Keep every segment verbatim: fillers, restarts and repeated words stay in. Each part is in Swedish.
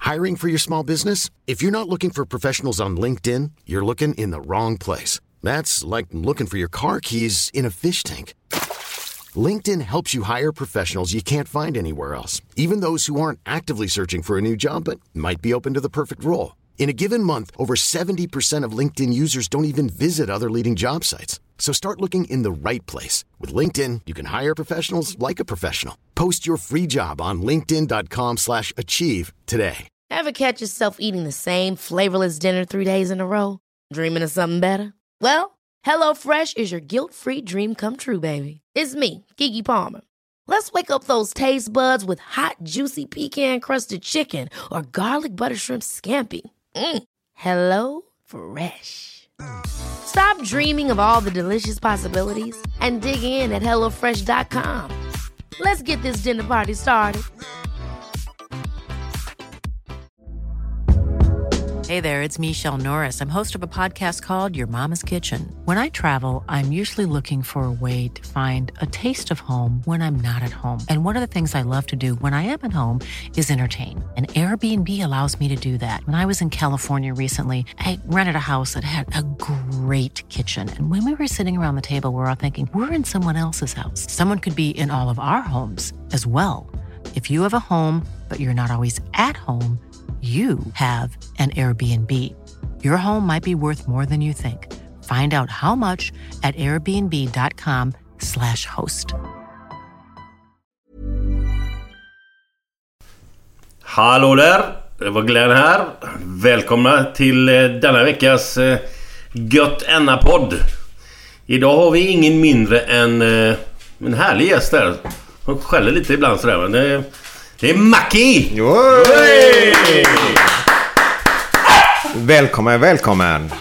Hiring for your small business? If you're not looking for professionals on LinkedIn, you're looking in the wrong place. That's like looking for your car keys in a fish tank. LinkedIn helps you hire professionals you can't find anywhere else, even those who aren't actively searching for a new job but might be open to the perfect role. In a given month, over seventy percent of LinkedIn users don't even visit other leading job sites. So start looking in the right place. With LinkedIn, you can hire professionals like a professional. Post your free job on linkedin dot com slash achieve today. Ever catch yourself eating the same flavorless dinner three days in a row? Dreaming of something better? Well, HelloFresh is your guilt-free dream come true, baby. It's me, Keke Palmer. Let's wake up those taste buds with hot, juicy pecan-crusted chicken or garlic butter shrimp scampi. Mm. Hello Fresh. Stop dreaming of all the delicious possibilities and dig in at hello fresh dot com. Let's get this dinner party started. Hey there, it's Michelle Norris. I'm host of a podcast called Your Mama's Kitchen. When I travel, I'm usually looking for a way to find a taste of home when I'm not at home. And one of the things I love to do when I am at home is entertain. And Airbnb allows me to do that. When I was in California recently, I rented a house that had a great kitchen. And when we were sitting around the table, we were all thinking, we're in someone else's house. Someone could be in all of our homes as well. If you have a home, but you're not always at home, you have an Airbnb. Your home might be worth more than you think. Find out how much at airbnb dot com slash host. Hallå där, det var Glenn här. Välkomna till denna veckas Gött Enna-podd. Idag har vi ingen mindre än en härlig gäst där. Hon skäller lite ibland sådär, men det Det är Mackie! Välkommen, välkommen!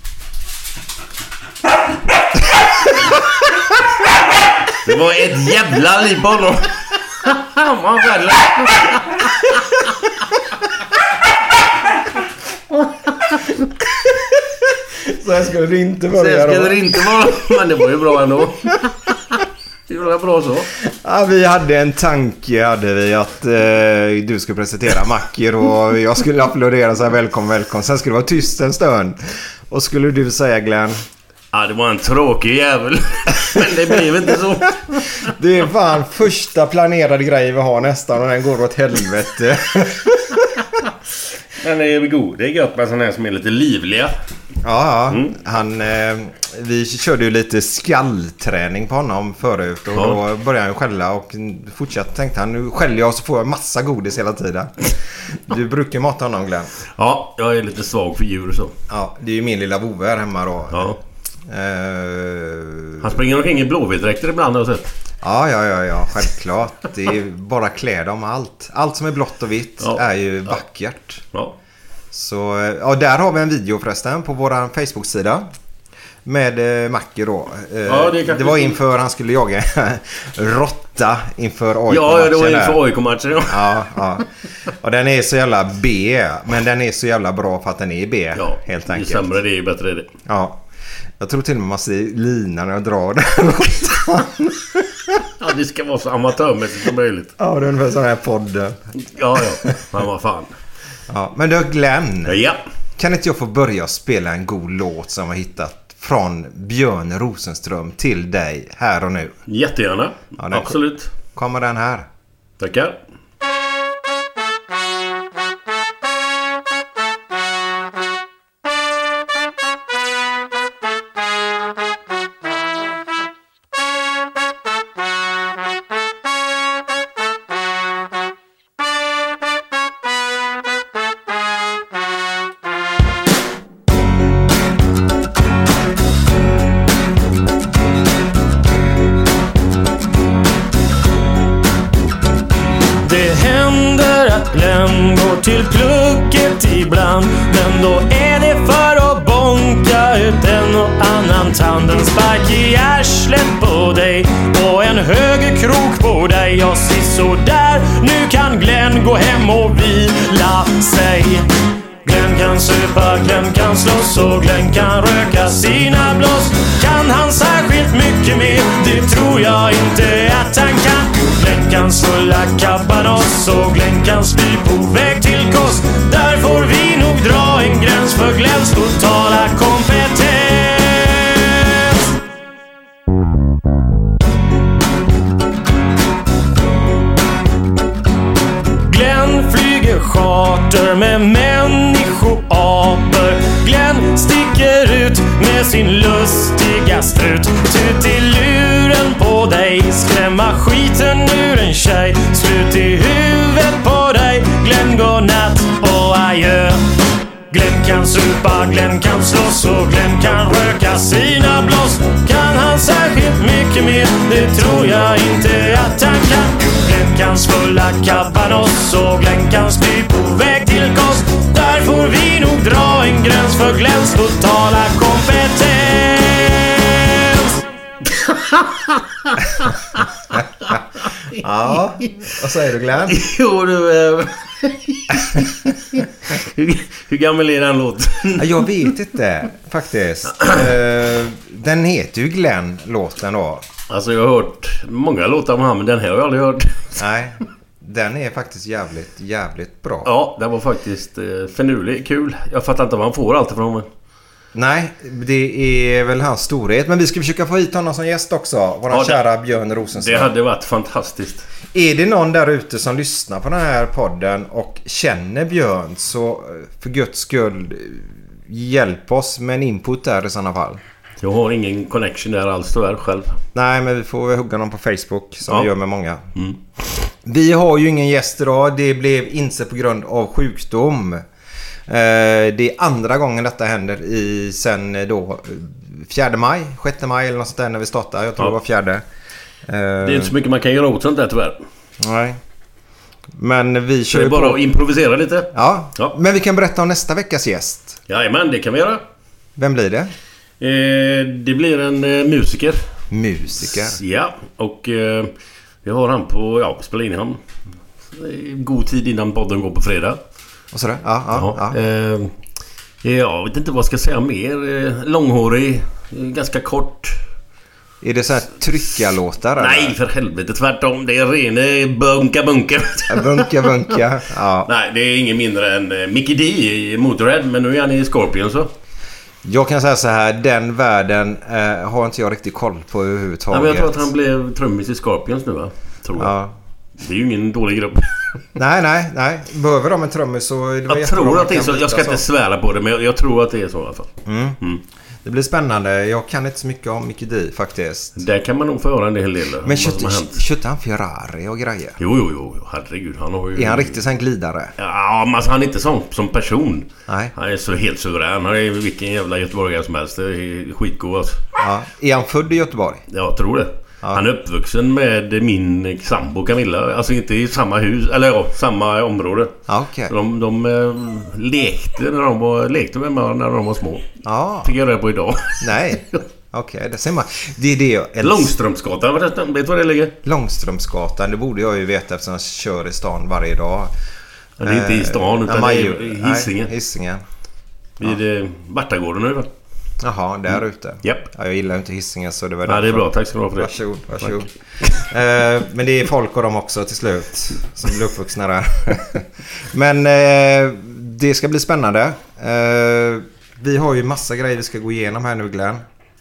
Det var ett jävla liv på honom. Man skäller. Så här skulle det inte vara. Så här skulle det inte vara, men det var ju bra ändå. Det var bra så. Ja, vi hade en tanke hade vi att eh, du skulle presentera Macker och jag skulle applådera så här välkommen, välkommen. Sen skulle det vara tyst en stund. Och skulle du säga Glenn? Ja, det var en tråkig jävel. Men det blev inte så. Det är fan första planerade grej vi har nästan och den går åt helvete. Men det är god. Det är gött med sådana här som är lite livliga. Ja, mm. han, eh, vi körde ju lite skallträning på honom förut och ja. Då började han skälla och fortsatte tänkte han, nu skäller jag så får jag massa godis hela tiden. Du brukar mata honom, Glenn. Ja, jag är lite svag för djur och så. Ja, det är ju min lilla vovve här hemma då. Ja. Eh... Han springer omkring i blåvitdräkter ibland och så. Ja, ja, ja, ja, självklart. Det är bara kläder om allt. Allt som är blått och vitt ja. Är ju vackert. Ja. Så, ja, där har vi en video förresten på vår Facebook-sida med eh, Macke då. Eh, ja, det, det var inför han skulle jaga råtta inför O I K-matchen. Ja, det var inför O I K-matchen. Ja. Ja, ja. Och den är så jävla B, men den är så jävla bra för att den är B, ja, helt enkelt. Ju sämre det är, ju bättre är det. Ja. Jag tror till och med man ser lina när jag drar den råttan. Ja, det ska vara så amatörmässigt som möjligt. Ja, det är ungefär sån här podd. Ja, ja. Men vad fan. Ja, men du Glenn. Ja. Kan inte jag få börja spela en god låt som har hittat från Björn Rosenström till dig här och nu? Jättegärna. Ja, absolut. Kommer den här. Tackar. Till plugget ibland, men då är det för att bonka ut en och annan tand. En spark i arslet på dig och en höger krok på dig. Jag ser så där, nu kan Glenn gå hem och vila sig. Glenn kan supa, Glenn kan slåss och Glenn kan röka sina blås. Kan han särskilt mycket mer? Det tror jag inte att han kan. Glenn kan svulla kabbanos och Glenn kan spy på väg till kost. förorter med människoaper. Glenn sticker ut med sin lustiga strut. Tut i luren på dig, skrämma skiten ur en tjej. Slut i huvudet på dig, Glenn godnatt och adjö. Glenn kan supa, Glenn kan slåss och Glenn kan röka sina blås. Kan han särskilt mycket mer? Det tror jag inte att han kan. Glenn kan svulla kabanoss och Glenn kan spy på väg till kost. Där får vi nog dra en gräns för Glenns totala kompetens. Ja, vad säger du, Glenn? Jo, du... Äh... hur, hur gammal är den låten? Jag vet inte, faktiskt. uh, Den heter ju Glenn, låten då. Alltså, jag har hört många låtar om han, men den här har jag aldrig hört. Nej, den är faktiskt jävligt, jävligt bra. Ja, den var faktiskt uh, förnulig, kul. Jag fattar inte vad han får allt ifrån mig. Nej, det är väl hans storhet. Men vi ska försöka få hit honom som gäst också. Vår ja, kära Björn Rosenström. Det hade varit fantastiskt. Är det någon där ute som lyssnar på den här podden och känner Björn, så för Guds skull, hjälp oss med en input där i sådana fall. Jag har ingen connection där alls tyvärr själv. Nej, men vi får hugga någon på Facebook som ja. vi gör med många. Mm. Vi har ju ingen gäst idag. Det blev inte på grund av sjukdom. Det är andra gången detta händer i sen då fjärde maj, sjätte maj eller något sånt där när vi startade. Jag tror ja. det var fjärde. Det är inte så mycket man kan göra åt sånt där tyvärr. Nej. Men vi kör det är bara på... att improvisera lite. Ja. ja, men vi kan berätta om nästa veckas gäst. Jajamän, det kan vi göra. Vem blir det? Eh, det blir en eh, musiker. Musiker? Ja, och eh, vi har han på, ja, spela in han. God tid innan podden går på fredag. Och sådär, ja, ja, ja. Eh, jag vet inte vad jag ska säga mer. Eh, långhårig, ganska kort. Är det så här tryckarlåtar? Nej, för helvete, tvärtom. Det är rene bunka bunka. Bunka bunka, ja. Nej, det är ingen mindre än Mickey D i Motorhead. Men nu är han i Scorpion så. Jag kan säga så här, den världen eh, har inte jag riktigt koll på överhuvudtaget. Ja, men jag tror att han blev trummis i Scorpions nu, va? Tror jag. Ja. Det är ju ingen dålig grupp. Nej, nej, nej. Behöver de en trummis så... Det var jag tror att det är så. Jag ska inte svära på det, men jag, jag tror att det är så i alla fall. Mm. Mm. Det blir spännande. Jag kan inte så mycket om Mickey D faktiskt. Där kan man nog få höra en hel del. Men köpte han Ferrari och grejer? Jo, jo, jo. Herregud. Han har ju... Är han riktigt sen glidare? Ja, men alltså, han är inte sån som person. Nej. Han är så helt suverän. Han är vilken jävla göteborgare som helst. Det är skitgod alltså. Ja. Är han född i Göteborg? Jag tror det. Ja. Han är uppvuxen med min sambo Camilla. Alltså inte i samma hus, eller ja, samma område. Ja, okay. De, de äh, lekte när de var lekte med mig när de var små. Ja. Fick jag det på idag. Nej. Okej, okay, det ser man. Det är det jag älskar. Långströmsgatan, vet du var det ligger? Långströmsgatan, det borde jag ju veta eftersom jag kör i stan varje dag. Ja, det är inte i stan utan ja, det är i Hisingen. Nej, Hisingen. Vid ja. Vartagården nu, va? Jaha, där mm. ute. Yep. Ja, jag gillar inte Hisingen så det var ja, det är bra, tack ska du ha för det. Varsågod, varsågod. eh, Men det är folk och dem också till slut som blir uppvuxna där. Men eh, det ska bli spännande. eh, Vi har ju massa grejer vi ska gå igenom här nu, Glenn.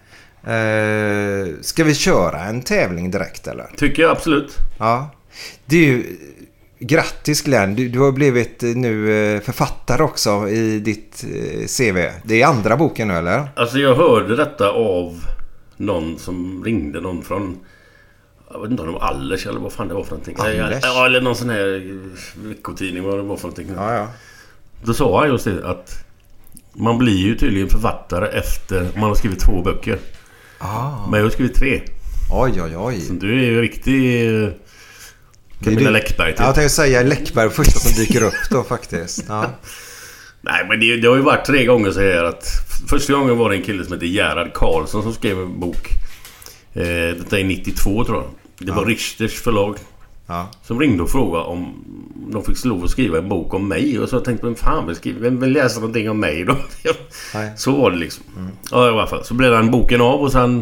eh, Ska vi köra en tävling direkt eller? Tycker jag absolut. Ja. Det är ju... Grattis Glenn, du, du har blivit nu författare också i ditt C V. Det är andra boken nu, eller? Alltså jag hörde detta av någon som ringde, någon från, jag vet inte om det var Allers eller vad fan det var för någonting. Allers? Ja, eller någon sån här veckotidning, vad det var för någonting. Ja, ja. Då sa han just det, att man blir ju tydligen författare efter man har skrivit två böcker. Ah. Men jag har skrivit tre. Oj, oj, oj. Så du är ju riktigt... Camilla Läckberg typ. Ja, jag tänkte säga Läckberg första som dyker upp då faktiskt. Ja. Nej, men det, det har ju varit tre gånger så här att första gången var det en kille som heter Gerhard Karlsson som skrev en bok. Eh, detta är nittiotvå tror jag. Det var ja. Richters förlag. Ja. Som ringde och frågade om de fick lov att skriva en bok om mig. Och så tänkte jag, fan vill, skriva, vem vill läsa någonting om mig då? Så var det liksom. Mm. Ja, i alla fall. Så blev den boken av och sen...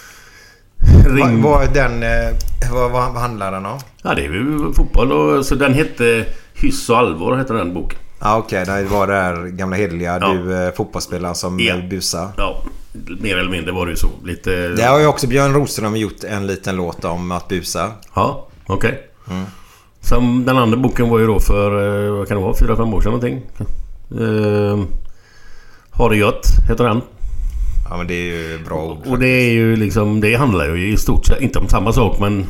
Ring... Vad, vad, den, vad, vad handlar den om? Ja, det är ju fotboll. Och, så den hette Hyss och allvar, heter den boken. Ja, okej. Okay. Det var det här gamla hedliga. Ja. Du fotbollsspelaren som ja. busar. Ja, mer eller mindre var det ju så. Lite... Det har ju också Björn Rosenström gjort en liten låt om att busa. Ja, okej. Okay. Mm. Som den andra boken var ju då för, vad kan det vara, fyra, fem år sedan någonting. Uh, Har det gött, heter den. Ja, men det är ju bra ord. Och det är ju liksom, det handlar ju i stort sett inte om samma sak, men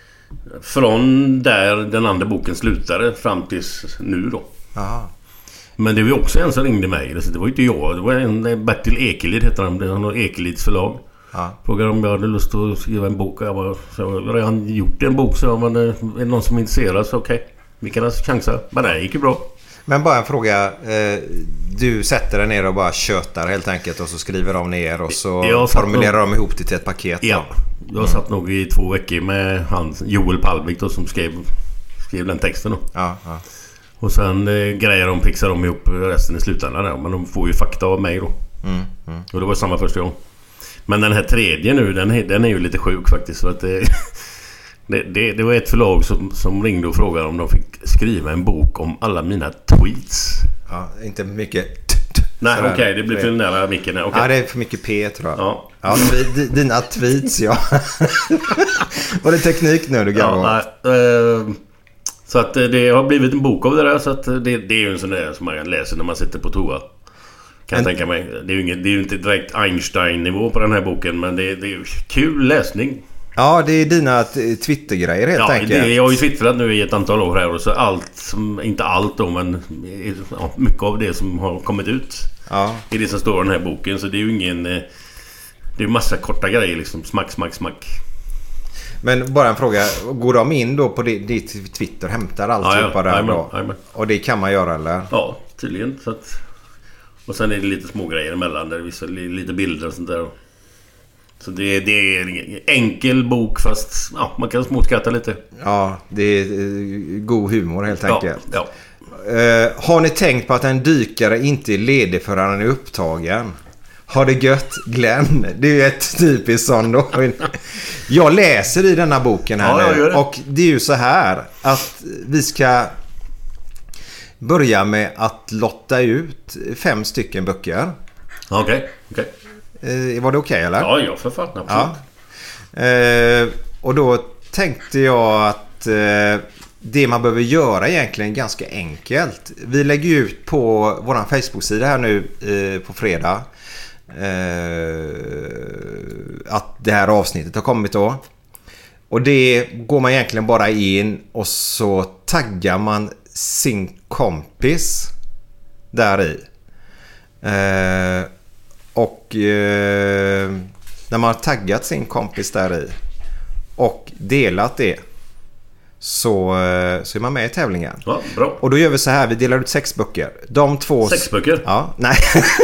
från där den andra boken slutade fram tills nu då. Aha. Men det var ju också en som ringde mig. Det var inte jag, det var en Bertil Ekelid heter han. Han har Ekelids förlag. Ja. Frågade om jag hade lust att skriva en bok. Jag bara, så jag har redan gjort en bok, så men är det någon som är intresserad så okej, okay. Vi kan alltså chansa. Men det gick ju bra. Men bara en fråga. Du sätter dig ner och bara köttar helt enkelt och så skriver de ner och så formulerar nog... de ihop det till ett paket. Ja, jag mm. satt nog i två veckor med han, Joel Palvik då, som skrev, skrev den texten då. Ja, ja. Och sen eh, grejer de, pixar de ihop resten i slutändan där. Men de får ju fakta av mig då. Mm, mm. Och det var samma första gång. Men den här tredje nu, den, den är ju lite sjuk faktiskt. Så att det, det, det, det var ett förlag som, som ringde och frågade om de fick skriva en bok om alla mina tweets. Ja, inte mycket. Nej, okej, okay, det blir för nära micken. Okay. Ja, det är för mycket P, tror jag. Ja, ja dina tweets, ja. Var det teknik nu du gav? Ja, nej, eh, så att det har blivit en bok av det där. Så att det, det är ju en sån där som man läser när man sitter på toa. Kan jag tänka mig. Det är ju, inget, det är ju inte direkt Einstein-nivå på den här boken, men det, det är ju kul läsning. Ja, det är dina Twitter-grejer helt ja, enkelt. Ja, jag har ju twittrat nu i ett antal år här. Och så allt, som, inte allt då, men ja, mycket av det som har kommit ut ja. i det som står i den här boken. Så det är ju ingen... Det är ju massa korta grejer liksom. Smack, smack, smack. Men bara en fråga. Går de in då på ditt Twitter och hämtar allt ja, ja. där då? Ja, och det kan man göra, eller? Ja, tydligen. Så att, och sen är det lite små grejer emellan. Där det visar lite bilder och sånt där. Så det, det är en enkel bok, fast ja, man kan småskratta lite. Ja, det är god humor helt enkelt. Ja, ja. Uh, har ni tänkt på att en dykare inte är ledig för han är upptagen? Har det gött, Glenn? Det är ju ett typiskt sånt då. Jag läser i denna boken här ja, nu. Det. Och det är ju så här att vi ska börja med att lotta ut fem stycken böcker. Okej, okay, okej. Okay. Var det okej, okay, eller? Ja, jag författar absolut. Ja. Eh, och då tänkte jag att eh, det man behöver göra egentligen är ganska enkelt. Vi lägger ut på vår Facebook-sida här nu eh, på fredag eh, att det här avsnittet har kommit då. Och det går man egentligen bara in och så taggar man sin kompis där i. Eh, Och eh, när man har taggat sin kompis där i och delat det så, eh, så är man med i tävlingen. Ja, bra. Och då gör vi så här, vi delar ut sex böcker. De två... Sex böcker? Ja, nej.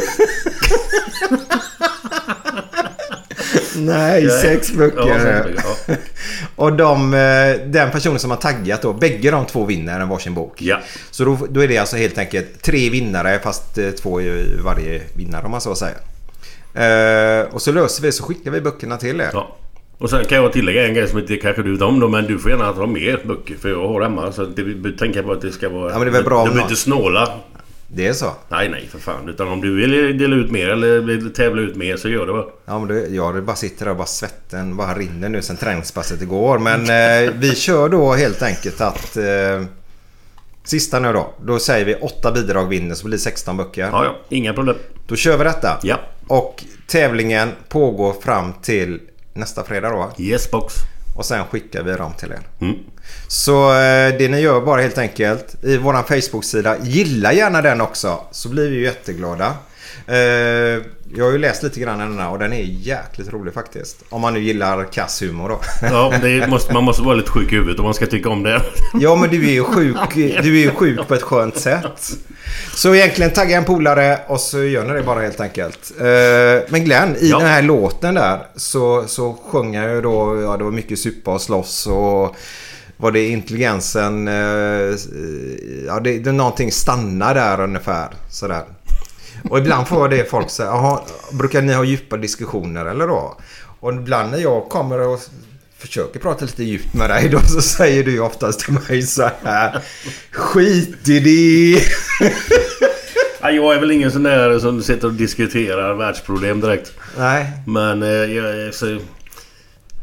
nej, sex böcker. Ja, sex böcker ja. Och de, den personen som har taggat då, bägge de två vinner en varsin bok. Ja. Så då, då är det alltså helt enkelt tre vinnare, fast två är varje vinnare om man så säger. Uh, och så löser vi, så skickar vi böckerna till er. Ja. Och sen kan jag tillägga en grej som inte kanske du vet om då, men du får gärna ha mer böcker för jag har hemma, så det tänker på att det ska vara. Ja, men det är väl bra. Du behöver inte snåla. Det är så. Nej, nej för fan, utan om du vill dela ut mer eller vill tävla ut mer så gör det va. Ja, men det, ja, det bara sitter där och bara svetten bara rinner nu sen träningspasset igår, men uh, vi kör då helt enkelt att uh, sista nu då, då säger vi åtta bidrag vinner så blir det sexton böcker. Ja, ja, inga problem. Då kör vi detta. Ja. Och tävlingen pågår fram till nästa fredag då. Yes, box. Och sen skickar vi dem till er. Mm. Så eh, det ni gör bara helt enkelt i våran Facebook-sida, gilla gärna den också, så blir vi ju jätteglada. Eh, jag har ju läst lite grann den här och den är jäkligt rolig faktiskt. Om man nu gillar kasshumor då. Ja, det måste, man måste vara lite sjuk i huvudet om man ska tycka om det. Ja, men du är ju sjuk, du är ju sjuk på ett skönt sätt. Så egentligen tagga en polare och så gör ni det bara helt enkelt. Men Glenn, i ja. den här låten där så, så sjöng jag ju då, ja det var mycket suppa och slåss och var det intelligensen, ja det, det någonting stannar där ungefär sådär. Och ibland får det folk säga, jaha, brukar ni ha djupa diskussioner eller då? Och ibland när jag kommer och försöker prata lite djupt med dig då så säger du oftast till mig så här, skit i det. Ja, jag är väl ingen sån där som sitter och diskuterar världsproblem direkt. Nej. Men eh, jag, så,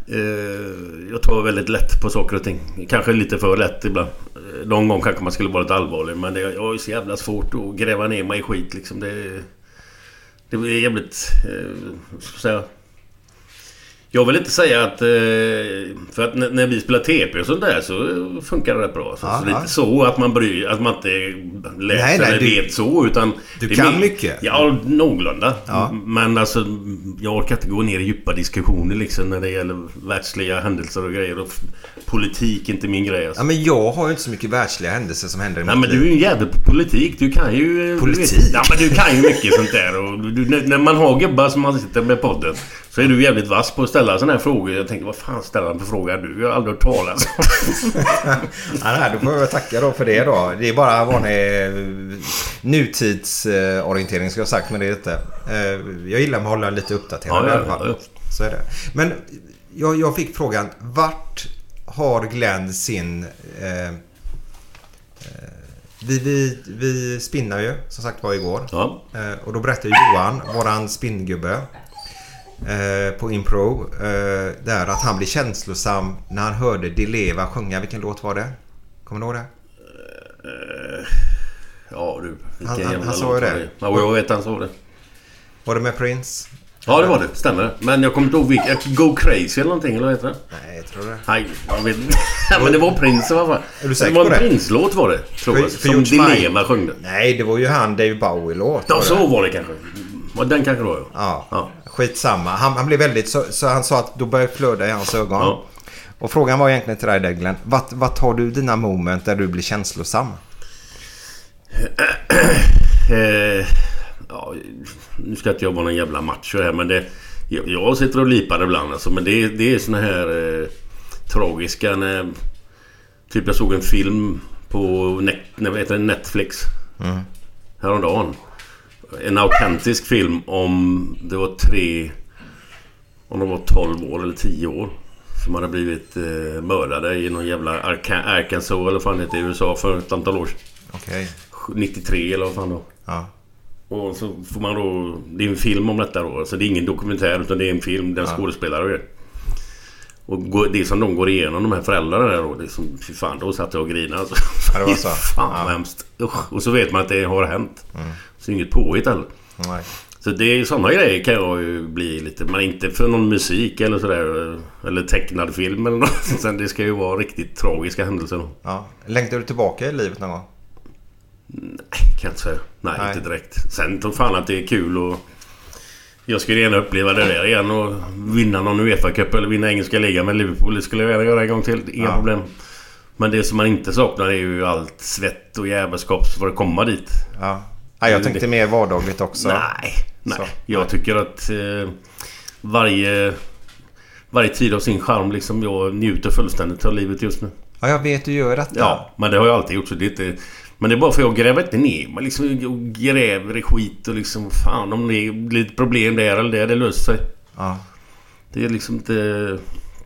Jag tar väldigt lätt på saker och ting. Kanske lite för lätt ibland. Någon gång kanske man skulle vara lite allvarlig. Men det är så jävla svårt att gräva ner mig i skit liksom. Det, det är jävligt ska säga. Jag vill inte säga att för att när vi spelar T P och sånt där så funkar det rätt bra. Så, så lite så att man bryr att man inte läser nej, nej, eller du, vet så utan du kan mer, mycket. Ja, någorlunda. Ja. Men alltså jag orkar inte gå ner i djupa diskussioner liksom när det gäller världsliga händelser och grejer och politik inte min grej alltså. Ja, men jag har ju inte så mycket världsliga händelser som händer i nej, men du är ju en jävla på politik. Du kan ju politik. Du vet, ja, men du kan ju mycket sånt där och du, när, när man har gubbar som man sitter med podden så är du jävligt vass på att ställa sådana här frågor. Jag tänker, vad fan ställer han för fråga du? Jag har aldrig hört talas. Ja, nej, då får jag tacka då för det då. Det är bara vanlig nutidsorientering ska jag ha sagt, men det är inte. Jag gillar att hålla lite uppdaterad ja, i alla fall. Ja, ja. Så är det. Men jag, jag fick frågan, vart har Glenn sin... Eh, eh, vi, vi, vi spinnar ju, som sagt var igår. Ja. Eh, och då berättade Johan, våran spinngubbe, Eh, på Impro eh, där att han blev känslosam när han hörde Dileva sjunga. Vilken låt var det? Kommer du ihåg det? Uh, ja du Han, han, han sa ju det, det. Ja, jag vet han sa det. Var det med Prince? Ja det var det, stämmer. Men jag kommer inte ihåg vilken. Go Crazy eller någonting, eller vad heter det? Nej, jag tror det. Nej, jag vet inte. Men det var Prince i alla fall. Är du säker det var på en det? Prince-låt var det, tror jag. För, som Dilema sjöng. Nej, det var ju han David Bowie-låt. Ja, så var det kanske. Den kanske då, ja. Ja. Skitsamma. Han, han blev väldigt så, så han sa att då började flöda i hans ögon. Ja. Och frågan var egentligen till dig där, Glenn. Vad, vad tar du dina moment där du blir känslosam? eh, ja, nu ska inte jag vara någon jävla macho här, men det, jag, jag sitter och lipar ibland alltså, men det, det är såna här eh, tragiska när, typ jag såg en film på net, när vet det, Netflix mm. häromdagen. En autentisk film om det var tre om de var tolv år eller tio år som hade blivit eh, mördade i någon jävla Arkansas eller fan det är i U S A för ett antal år. Okej. nittiotre eller vad fan då. Ja. Och så får man då, det är en film om detta då, så det är ingen dokumentär utan det är en film där ja. skådespelare och det. Och det som de går igenom, de här föräldrarna där då, det är som, fy fan, då satt jag och grinade alltså. Ja, det var så. Fan, ja. hemskt. Usch. Och så vet man att det har hänt. Mm. Så inget påhitt heller. Nej. Så det är sådana grejer kan jag ju bli lite, men inte för någon musik eller sådär, eller tecknad film eller något. Sen det ska ju vara riktigt tragiska händelser. Ja. Längtar du tillbaka i livet någon gång? Nej, kan jag säga. Nej, Nej, inte direkt. Sen tror fan att det är kul och jag skulle gärna uppleva det där igen och vinna någon UEFA-cup eller vinna engelska ligan med Liverpool. Det skulle jag gärna göra en gång till. Inga ja. problem. Men det som man inte saknar är ju allt svett och jävelskap för att komma dit. Ja. Ja, jag tänkte mer vardagligt också. Nej, nej. Jag tycker att eh, varje varje tid av sin charm liksom, jag njuter fullständigt av livet just nu. Ja, jag vet du gör detta. Ja, men det har jag alltid gjort så det är inte, men det är bara för att jag gräver inte ner. Man liksom gräver i skit och liksom fan om det blir ett problem där eller det, det löser sig. Ja. Det är liksom inte,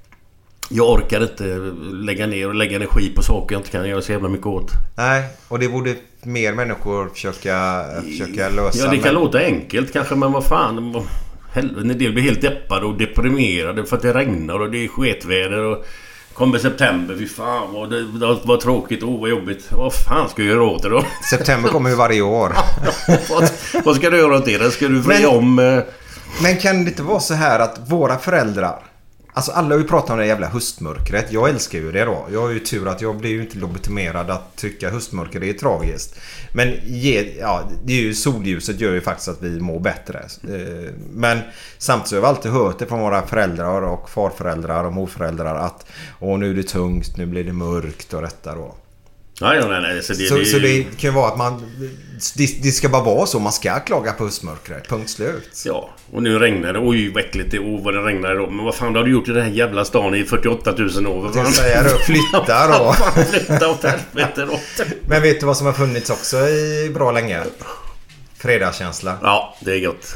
jag orkar inte lägga ner och lägga energi på saker jag inte kan göra så jävla mycket åt. Nej, och det borde mer människor försöka, försöka lösa. Ja, det kan men... låta enkelt kanske, men vad fan, en del blir helt deppade och deprimerade för att det regnar och det är sketväder och kommer september, fy fan vad det var tråkigt, oh vad jobbigt. Vad fan ska jag göra åt det då? September kommer ju varje år. vad, vad ska du göra åt det? Ska du fria om... Eh... Men kan det inte vara så här att våra föräldrar, alltså alla har ju pratat om det jävla höstmörkret. Jag älskar ju det då. Jag har ju tur att jag blir ju inte lobotomerad att tycka höstmörker det är tragiskt. Men ge, ja, det är ju solljuset gör ju faktiskt att vi mår bättre. Men samtidigt har vi alltid hört det från våra föräldrar och farföräldrar och morföräldrar att åh, nu är det tungt, nu blir det mörkt och detta då. Ja, ja, nej, nej. Så, det, så, det... så det kan ju vara att man det, det ska bara vara så, man ska klaga på höstmörkret, punkt slut. Ja, och nu regnar det, oj vad äckligt det, oh vad det regnar då. Men vad fan har du gjort i den här jävla stan i fyrtioåtta tusen år? Jag säger då, flytta då. Flytta åt helvete då. Men vet du vad som har funnits också i bra länge? Fredagskänsla. Ja, det är gott.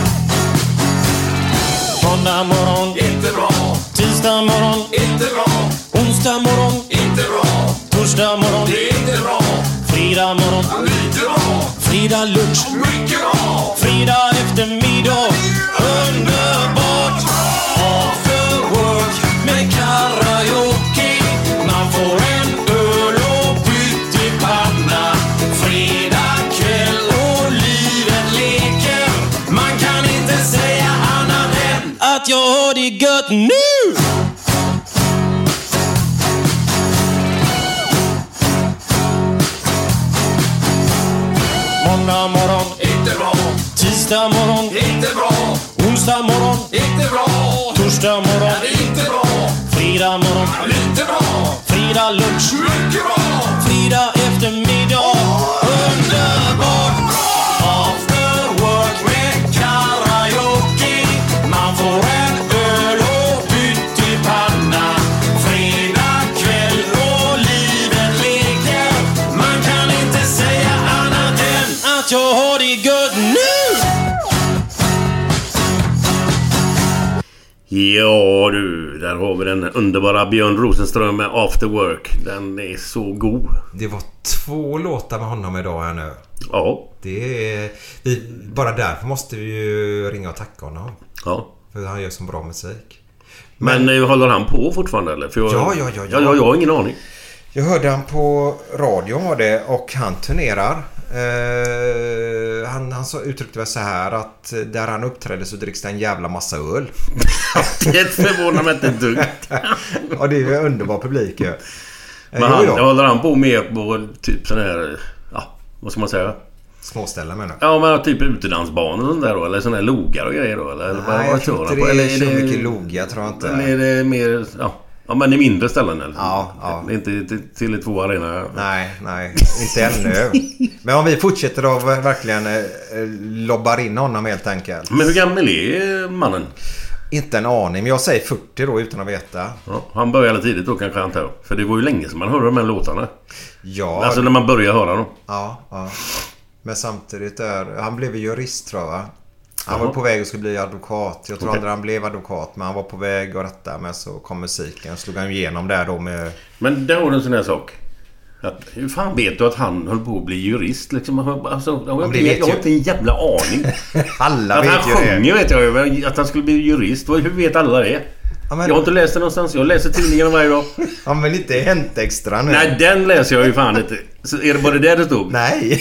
Måndag morgon, inte bra. Tisdag morgon, inte bra. Onsdag morgon, inte bra. Torsdag morgon, det är inte bra. Fredag morgon, lite bra. Fredag lunch, mycket bra. Fredag eftermiddag, underbart. After work med karaoke. Man får en öl och pyttipanna. Fredag kväll och livet leker. Man kan inte säga annat än att jag har det gött nu. Måndag morgon, inte bra. Tisdag morgon, inte bra. Onsdag morgon, inte bra. Torsdag morgon, inte bra. Fredag morgon, lite bra. Fredag lunch, mycket bra. Fredag eftermiddag, underbart. After work med karaoke. Man får en öl och pyttipanna. Fredag kväll och livet leker. Man kan inte säga annat än att jag har det gött nu. Ja du, där har vi den underbara Björn Rosenström med After Work. Den är så god. Det var två låtar med honom idag här nu. Ja. Det är, vi, bara därför måste vi ju ringa och tacka honom. Ja. För han gör så bra musik. Men, Men håller han på fortfarande eller? För jag, ja, ja, ja, ja. Jag, jag har ingen aning. Jag hörde han på radion var det, och han turnerar. Uh, han, han så uttryckte väl så här att där han uppträdde så dricks det en jävla massa öl. Det förvånar mig inte dugg. Ja, det är ju en underbar publik. Ja. Men han, jo, håller han på med på typ sån här, ja, vad ska man säga? Småställen menar jag. Ja, men typ utedansbanor och sånt där då, eller såna här logar och grejer då, eller? Nej, vad, jag vad tror inte på? det Eller är så det, mycket loga, tror jag inte. Eller är det mer, ja, ja men i mindre ställen eller? Ja, ja. Det är inte till, till två arena. Nej, nej, inte ännu. Men om vi fortsätter att verkligen eh, lobbar in honom helt enkelt. Men hur gammal är mannen? Inte en aning, men jag säger fyrtio då utan att veta. Ja, han började tidigt då kanske han tar. För det var ju länge sedan man hörde de här låtarna. Ja. Alltså när man började höra dem. Ja, ja. Men samtidigt är han blev jurist tror jag. Han Aha. var på väg att skulle bli advokat. Jag tror Okay. aldrig han blev advokat, men han var på väg och detta, men så kom musiken. Slog han igenom där då med... Men det har en sån här sak. Att, hur fan vet du att han höll på att bli jurist? Liksom, alltså, jag, jag, jag har inte en jävla aning. Alla att vet han ju sjunger det. vet jag ju. Att han skulle bli jurist. Hur vet alla det? Ja, men... Jag har inte läst det någonstans. Jag läser tidningen varje dag. Ja, men lite hänt extra nu. Nej, den läser jag ju fan inte. Så är det bara det det stod? Nej.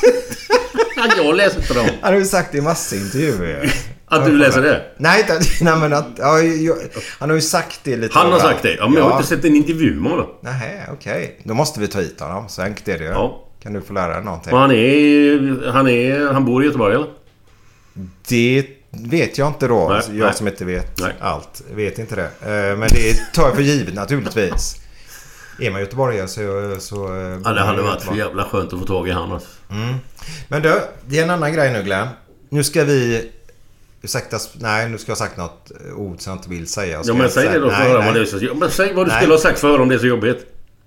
Jag läser inte dem. Han har ju sagt det i massa intervjuer. Att du läser det? Nej, nej men att, ja, jag, han har ju sagt det lite. Han har sagt det? Ja, men ja. jag har inte sett en intervju med honom. Nej, okej. Okay. Då måste vi ta hit honom. Så enkelt är det ju. Ja. Kan du få lära dig någonting? Och han är, han är... Han bor i Göteborg, eller? Det vet jag inte då. Nej, jag nej. som inte vet Nej. allt. Vet inte det. Men det tar jag för givet naturligtvis. Är man göteborgare så... så ja, det hade varit för jävla skönt att få tag i han. Alltså. Mm. Men du, det är en annan grej nu, Glenn. Nu ska vi... Ursäkta, nej, nu ska jag ha sagt något ord som jag inte vill säga. Ja, men säg det då för nej, höra nej. vad det är så... Men säg vad du Nej. skulle ha sagt för höra om det är så jobbigt.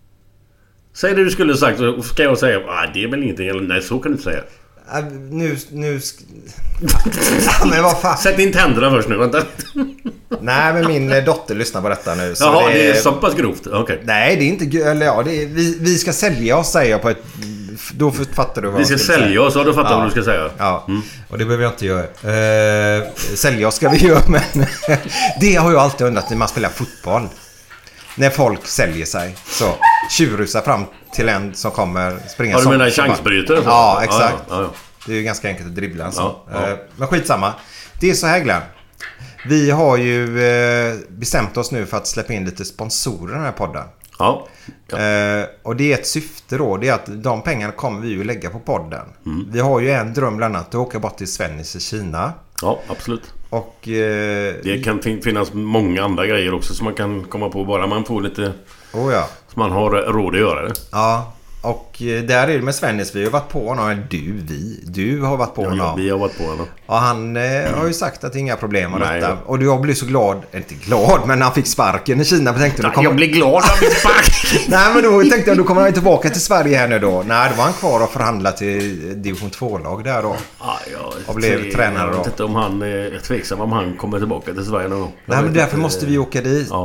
Säg det du skulle ha sagt så ska jag säga... Ah, det är väl ingenting. Eller, nej, så kan du inte säga. Äh, nu... nu sk... ja, men vad fan. Sätt in tänderna först nu, vänta. Nej, men min dotter lyssnar på detta nu. Så Jaha, det, det är så pass grovt. Okej. Okay. Nej, det är inte... Eller ja, det är, vi, vi ska sälja oss, säger jag på ett... Då fattar du vad Vi ska jag skulle sälja säga. oss, och då fattar Ja. vad du ska säga. Ja, Mm. och det behöver jag inte göra. Eh, sälja oss ska vi göra, men... det har jag alltid undrat när man spelar fotboll. När folk säljer sig. Så, tjurrusar fram till en som kommer springa. Ja, du som, menar som chansbrytare? bara- Ja, exakt. Ja, ja, ja. Det är ju ganska enkelt att dribbla. Så. Ja, ja. Eh, men skitsamma. Det är så här, Glenn. Vi har ju eh, bestämt oss nu för att släppa in lite sponsorer i den här podden. Ja. Ja. Eh, och det är ett syfte då. Det är att de pengarna kommer vi ju lägga på podden. Mm. Vi har ju en dröm bland annat att åka bort till Svennis i Kina. Ja, absolut. Och eh, Det kan fin- finnas många andra grejer också som man kan komma på bara man får lite... oh ja. Så man har råd att göra det. Ja. Och eh, där är det med Svennis. Vi har varit på honom. Du, vi. Du har varit på Ja, honom. ja, vi har varit på honom. Och han eh, har ju sagt att det är inga problem med Nej, detta. ja. Och du har blivit så glad, inte glad, men han fick sparken i Kina. Jag tänkte, då kommer... Jag blir glad att vi spark. Nej, men då tänkte jag, då kommer han tillbaka till Sverige här nu då. Nej, då var han kvar och förhandla till division två-lag där då. Ja, jag, Och blev tre- tränare Jag då. vet inte om han är tveksam om han kommer tillbaka till Sverige någon gång. Jag Nej, men vet därför inte. måste vi åka dit. Ja.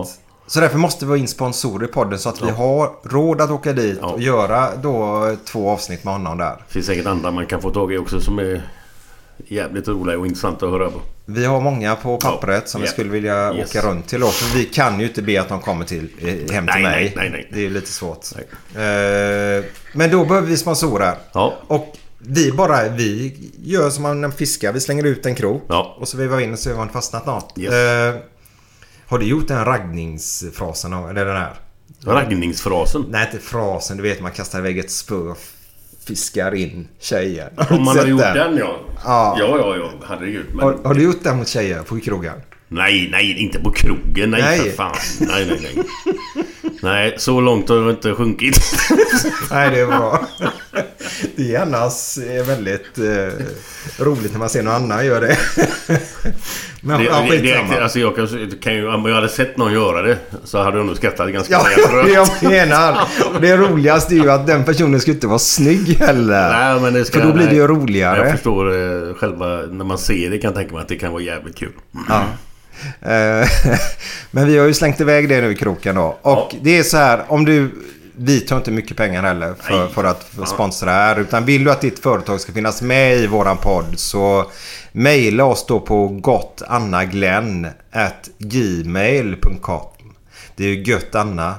Så därför måste vi ha in sponsorer i podden så att ja. vi har råd att åka dit ja. och göra då två avsnitt med honom där. Det finns säkert andra man kan få tag i också som är jävligt roliga och intressanta att höra på. Vi har många på pappret ja. som yeah. vi skulle vilja yes. åka runt till då. För vi kan ju inte be att de kommer till, hem till nej, mig. Nej, nej, nej. Det är lite svårt. Eh, men då behöver vi sponsorer. Ja. Och vi bara, vi gör som man fiskar. Vi slänger ut en krok. Ja. Och så vevar vi in och så har man fastnat något. Yes. Eh, har du gjort den raggningsfrasen? Eller den här? Raggningsfrasen? Nej, inte frasen. Du vet, man kastar iväg ett spö. Fiskar in tjejer. Om man har gjort den, den ja. Ja, ja, ja, ja. Herregud. Men... Har, har du gjort den mot tjejer på krogen? Nej, nej, inte på krogen. Nej, nej. för fan. Nej, nej, nej. Nej, så långt har jag inte sjunkit. Nej, det är bra. Det är annars väldigt eh, roligt när man ser någon annan gör det. Men det, ja, det, det, alltså jag kan, kan ju, om jag hade sett någon göra det så hade jag nog skrattat ganska ja, det jag menar. Och det roligaste är ju att den personen skulle inte vara snygg heller. Nej, men det ska, för då blir det ju nej, roligare. Jag förstår eh, själva, när man ser det kan jag tänka mig att det kan vara jävligt kul. Ja. Men vi har ju slängt iväg det nu i kroken då. Och ja. det är så här, om du vi tar inte mycket pengar heller för, för att sponsra här, utan vill du att ditt företag ska finnas med i våran podd så mejla oss då på gottannaglenn at gmail punkt com. Det är ju gött Anna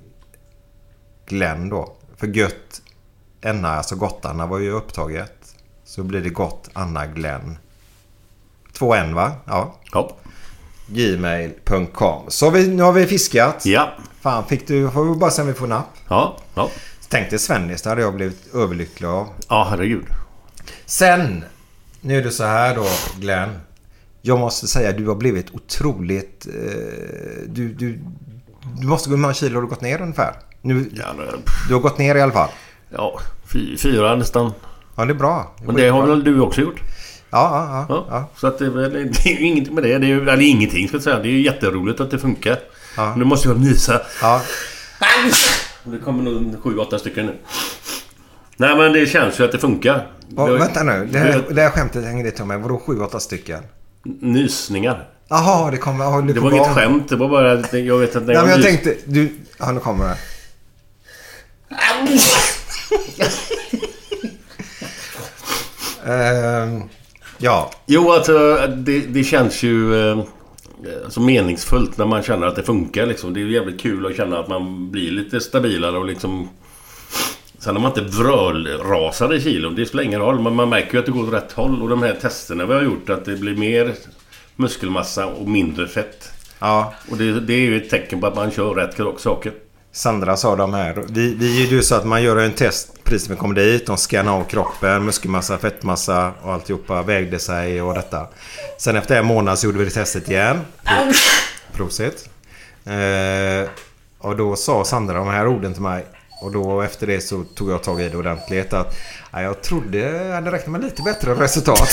Glenn då. För gött Anna, alltså Gottanna var ju upptaget. Så blir det gott Anna Glenn. Två N va? Ja. Ja. gmail punkt com. Så vi, nu har vi fiskat. Ja. Fan, fick du, får vi bara se om vi får napp. Ja, ja. Tänkte Svennis, där hade jag blivit överlycklig av. Ja, herregud. Sen, nu är det så här då, Glenn. Jag måste säga, du har blivit otroligt... Eh, du, du, du måste gå hur många kilo har du gått ner ungefär? Nu, ja, det, du har gått ner i alla fall. Ja, fy, fyra nästan. Ja, det är bra. Det Men det har väl du också gjort? Ja, ja, ja, ja. Så att det, det är ju ingenting med det. Det är ju eller ingenting ska jag säga. Det är ju jätteroligt att det funkar. Ja. Nu måste jag nysa. Ja. Det kommer nog sju, åtta stycken nu. Nej, men det känns ju att det funkar. Oh, jag, vänta nu. Det här, det här skämtet hänger det till mig. Vadå sju, åtta stycken? Nysningar. Jaha, det kommer... Oh, det det var inget gång. Skämt. Det var bara... Att jag vet att... Nej, men jag nys... tänkte... Du, ja, nu kommer det. uh, ja. Jo, alltså det, det känns ju eh, alltså meningsfullt när man känner att det funkar liksom. Det är jävligt kul att känna att man blir lite stabilare och liksom... Sen har man inte vrölrasar i kilo. Det spelar ingen roll, men man märker ju att det går åt rätt håll. Och de här testerna vi har gjort, att det blir mer muskelmassa och mindre fett. Ja. Och det, det är ju ett tecken på att man kör rätt saker. Sandra sa de här. Vi, vi är ju så att man gör en test precis när vi kommer dit. De scannar av kroppen, muskelmassa, fettmassa och alltihopa, vägde sig och detta. Sen efter en månad så gjorde vi det testet igen. Prosit. Eh, och då sa Sandra de här orden till mig. Och då efter det så tog jag tag i det ordentligt att ja, jag trodde jag hade räknat med lite bättre resultat.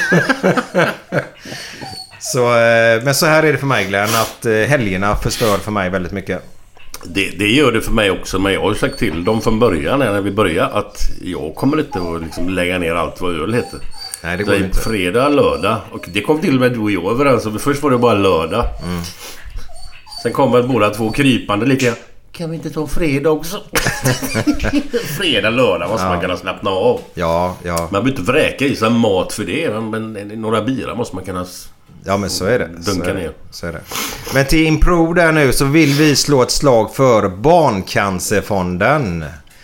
så, men så här är det för mig, Glenn, att helgerna förstör för mig väldigt mycket. Det, det gör det för mig också, men jag har ju sagt till dem från början när vi börjar att jag kommer inte att liksom lägga ner allt vad öl heter. Nej, det går det är inte. Fredag, lördag och det kom till med du och jag överens. Först var det bara lördag. Mm. Sen kom väl båda två krypande lite. Kan vi inte ta fredag också? Fredag, lördag måste ja. man kunna slappna av. Ja, ja. Man behöver inte vräka i sig mat för det. Men några bira måste man kunna ja, men så är det. dunka så är ner. Det. Så är det. Men till Improve där nu så vill vi slå ett slag för Barncancerfonden.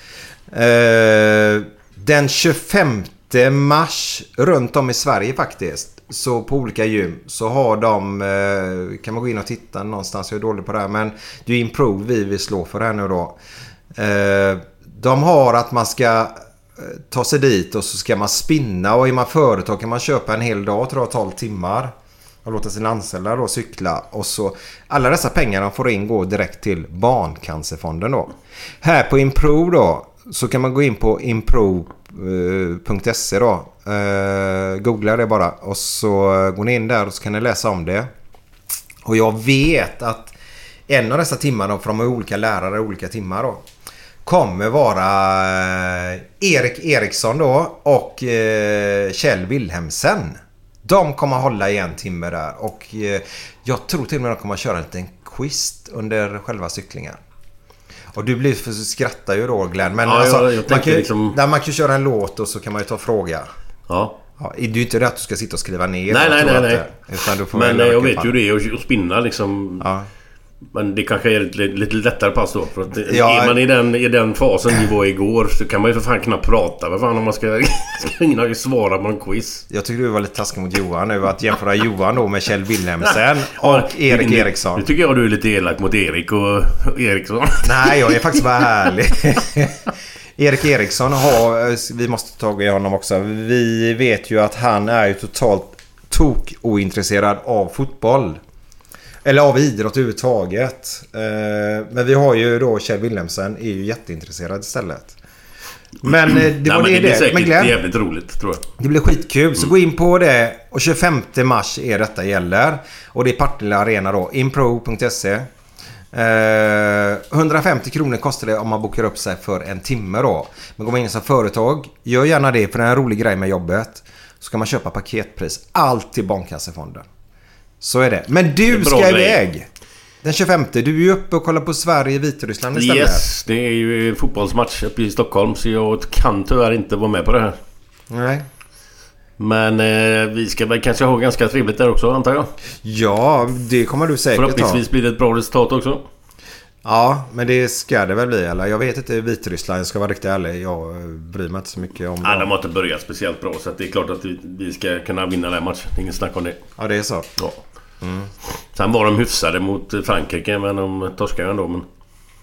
Eh, den tjugofemte mars runt om i Sverige faktiskt. Så på olika gym så har de, eh, kan man gå in och titta någonstans, jag är dålig på det här, men det är Improve vi vill slå för det här nu då. Eh, de har att man ska ta sig dit och så ska man spinna, och är man företag kan man köpa en hel dag, tror jag, tolv timmar och låta sina anställda då cykla, och så alla dessa pengar de får in går direkt till Barncancerfonden då. Här på Improve då så kan man gå in på improve punkt se då. Uh, googla det bara och så går ni in där och så kan ni läsa om det. Och jag vet att en av dessa timmar då, för de har olika lärare olika timmar då, kommer vara Erik Eriksson då och uh, Kjell Wilhelmsen. De kommer att hålla i en timme där. Och eh, jag tror till och med att de kommer att köra en liten quiz under själva cyklingen. Och du blir för skrattar ju då, Glenn. Men ja, alltså, jag, jag man, kan, liksom... där man kan köra en låt och så kan man ju ta fråga. Ja. Ja, det är ju inte det att du ska sitta och skriva ner. Nej, nej, nej. nej. Det, utan du får men jag vet ju det och, och spinna liksom... Ja. Men det kanske är lite, lite lättare pass då. För att ja, är man i den, i den fasen vi var igår så kan man ju för fan knappt prata. Vad fan om man ska, ska ingen svara på en quiz. Jag tycker du var lite taskig mot Johan nu. Att jämföra Johan då med Kjell Wilhelmsen och ja, Erik nu, Eriksson. Nu tycker jag du är lite elak mot Erik och Eriksson. Nej, jag är faktiskt bara härlig. Erik Eriksson har... Vi måste ta i honom också. Vi vet ju att han är ju totalt tok ointresserad av fotboll. Eller av idrott överhuvudtaget. Men vi har ju då Kjell Wilhelmsen är ju jätteintresserad istället. Men det Nej, var men det det blir det. säkert Men Glenn, jävligt roligt tror jag. Det blir skitkul. Så mm. gå in på det. Och tjugofemte mars är detta gäller. Och det är Partille Arena då. impro punkt se. Eh, hundrafemtio kronor kostar det om man bokar upp sig för en timme då. Men går man in som företag, gör gärna det för det är en rolig grej med jobbet. Så kan man köpa paketpris. Allt till Barnkassefonden. Så är det. Men du ska iväg. Den tjugofemte. Du är ju uppe och kollar på Sverige i Vitryssland istället. Yes, det är ju fotbollsmatch uppe i Stockholm. Så jag kan tyvärr inte vara med på det här. Nej. Men eh, vi ska väl kanske ha ganska trevligt där också, antar jag. Ja, det kommer du säkert Förhoppningsvis ha. blir det ett bra resultat också. Ja, men det ska det väl bli. Eller? Jag vet inte, Vitryssland, jag ska vara riktigt ärlig. Jag bryr mig inte så mycket om det. Ja, de har inte börjat speciellt bra. Så att det är klart att vi, vi ska kunna vinna den här matchen. Ingen snack om det. Ja, det är så. Ja. Mm. Sen var de hyfsade mot Frankrike, men de torskade ändå. Men,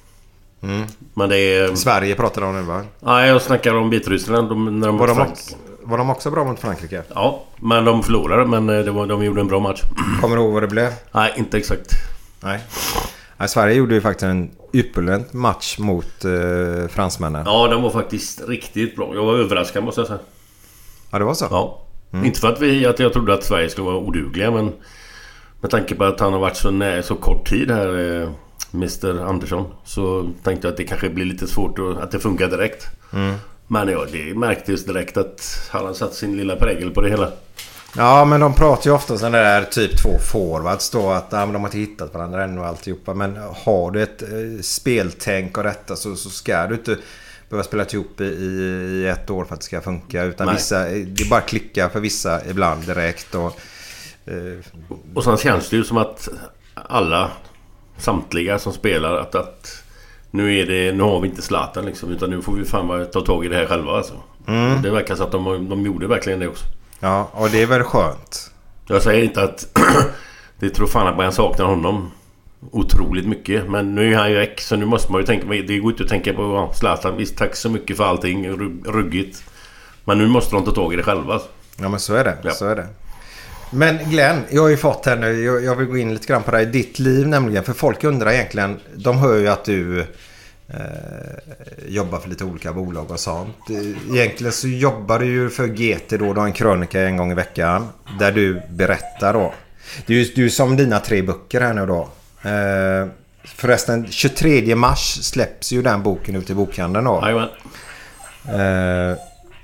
mm. men det är... Sverige pratar de om nu, va? Ja, jag snackar om Vitryssland. De, när de var, de Frank... också, var de också bra mot Frankrike? Ja, men de förlorade. Men det var, de gjorde en bra match. Kommer du ihåg vad det blev? Nej, inte exakt. Nej. Nej, Sverige gjorde ju faktiskt en ypperlig match mot eh, fransmännen. Ja, de var faktiskt riktigt bra. Jag var överraskad, måste jag säga. Ja, det var så? Ja. Mm. Inte för att, vi, att jag trodde att Sverige skulle vara odugliga, men med tanke på att han har varit så, nä- så kort tid här, eh, mister Andersson, så tänkte jag att det kanske blir lite svårt att, att det funkar direkt. Mm. Men ja, det märktes direkt att han har satt sin lilla prägel på det hela. Ja, men de pratar ju ofta sådana där typ två forwards då, att ja, men de har inte hittat varandra ännu och alltihopa. Men har du ett eh, speltänk och detta så, så ska du inte behöva spela ihop i, i ett år för att det ska funka. Utan vissa, det är bara klicka för vissa ibland direkt. Och, eh. och sen känns det ju som att alla, samtliga som spelar, att, att nu, är det, nu har vi inte Zlatan liksom, utan nu får vi fan ta tag i det här själva. Alltså. Mm. Det verkar så att de, de gjorde verkligen det också. Ja, och det är väl skönt. Jag säger inte att det tror fan att man saknar honom otroligt mycket. Men nu är han ju ex, så nu måste man ju tänka. Det går inte att tänka på Zlatan. Visst, tack så mycket för allting, ruggigt. Men nu måste de ta tag i det själva. Ja, men så är det, ja. så är det. Men Glenn, jag har ju fått här nu, jag, jag vill gå in lite grann på det här i ditt liv nämligen. För folk undrar egentligen, de hör ju att du Eh, jobbar för lite olika bolag och sånt. Egentligen så jobbar du ju för G T då, då en krönika en gång i veckan där du berättar då. Det är ju du som dina tre böcker här nu då. Eh, förresten, tjugotredje mars släpps ju den boken ut i bokhandeln då. Jajamän. Eh,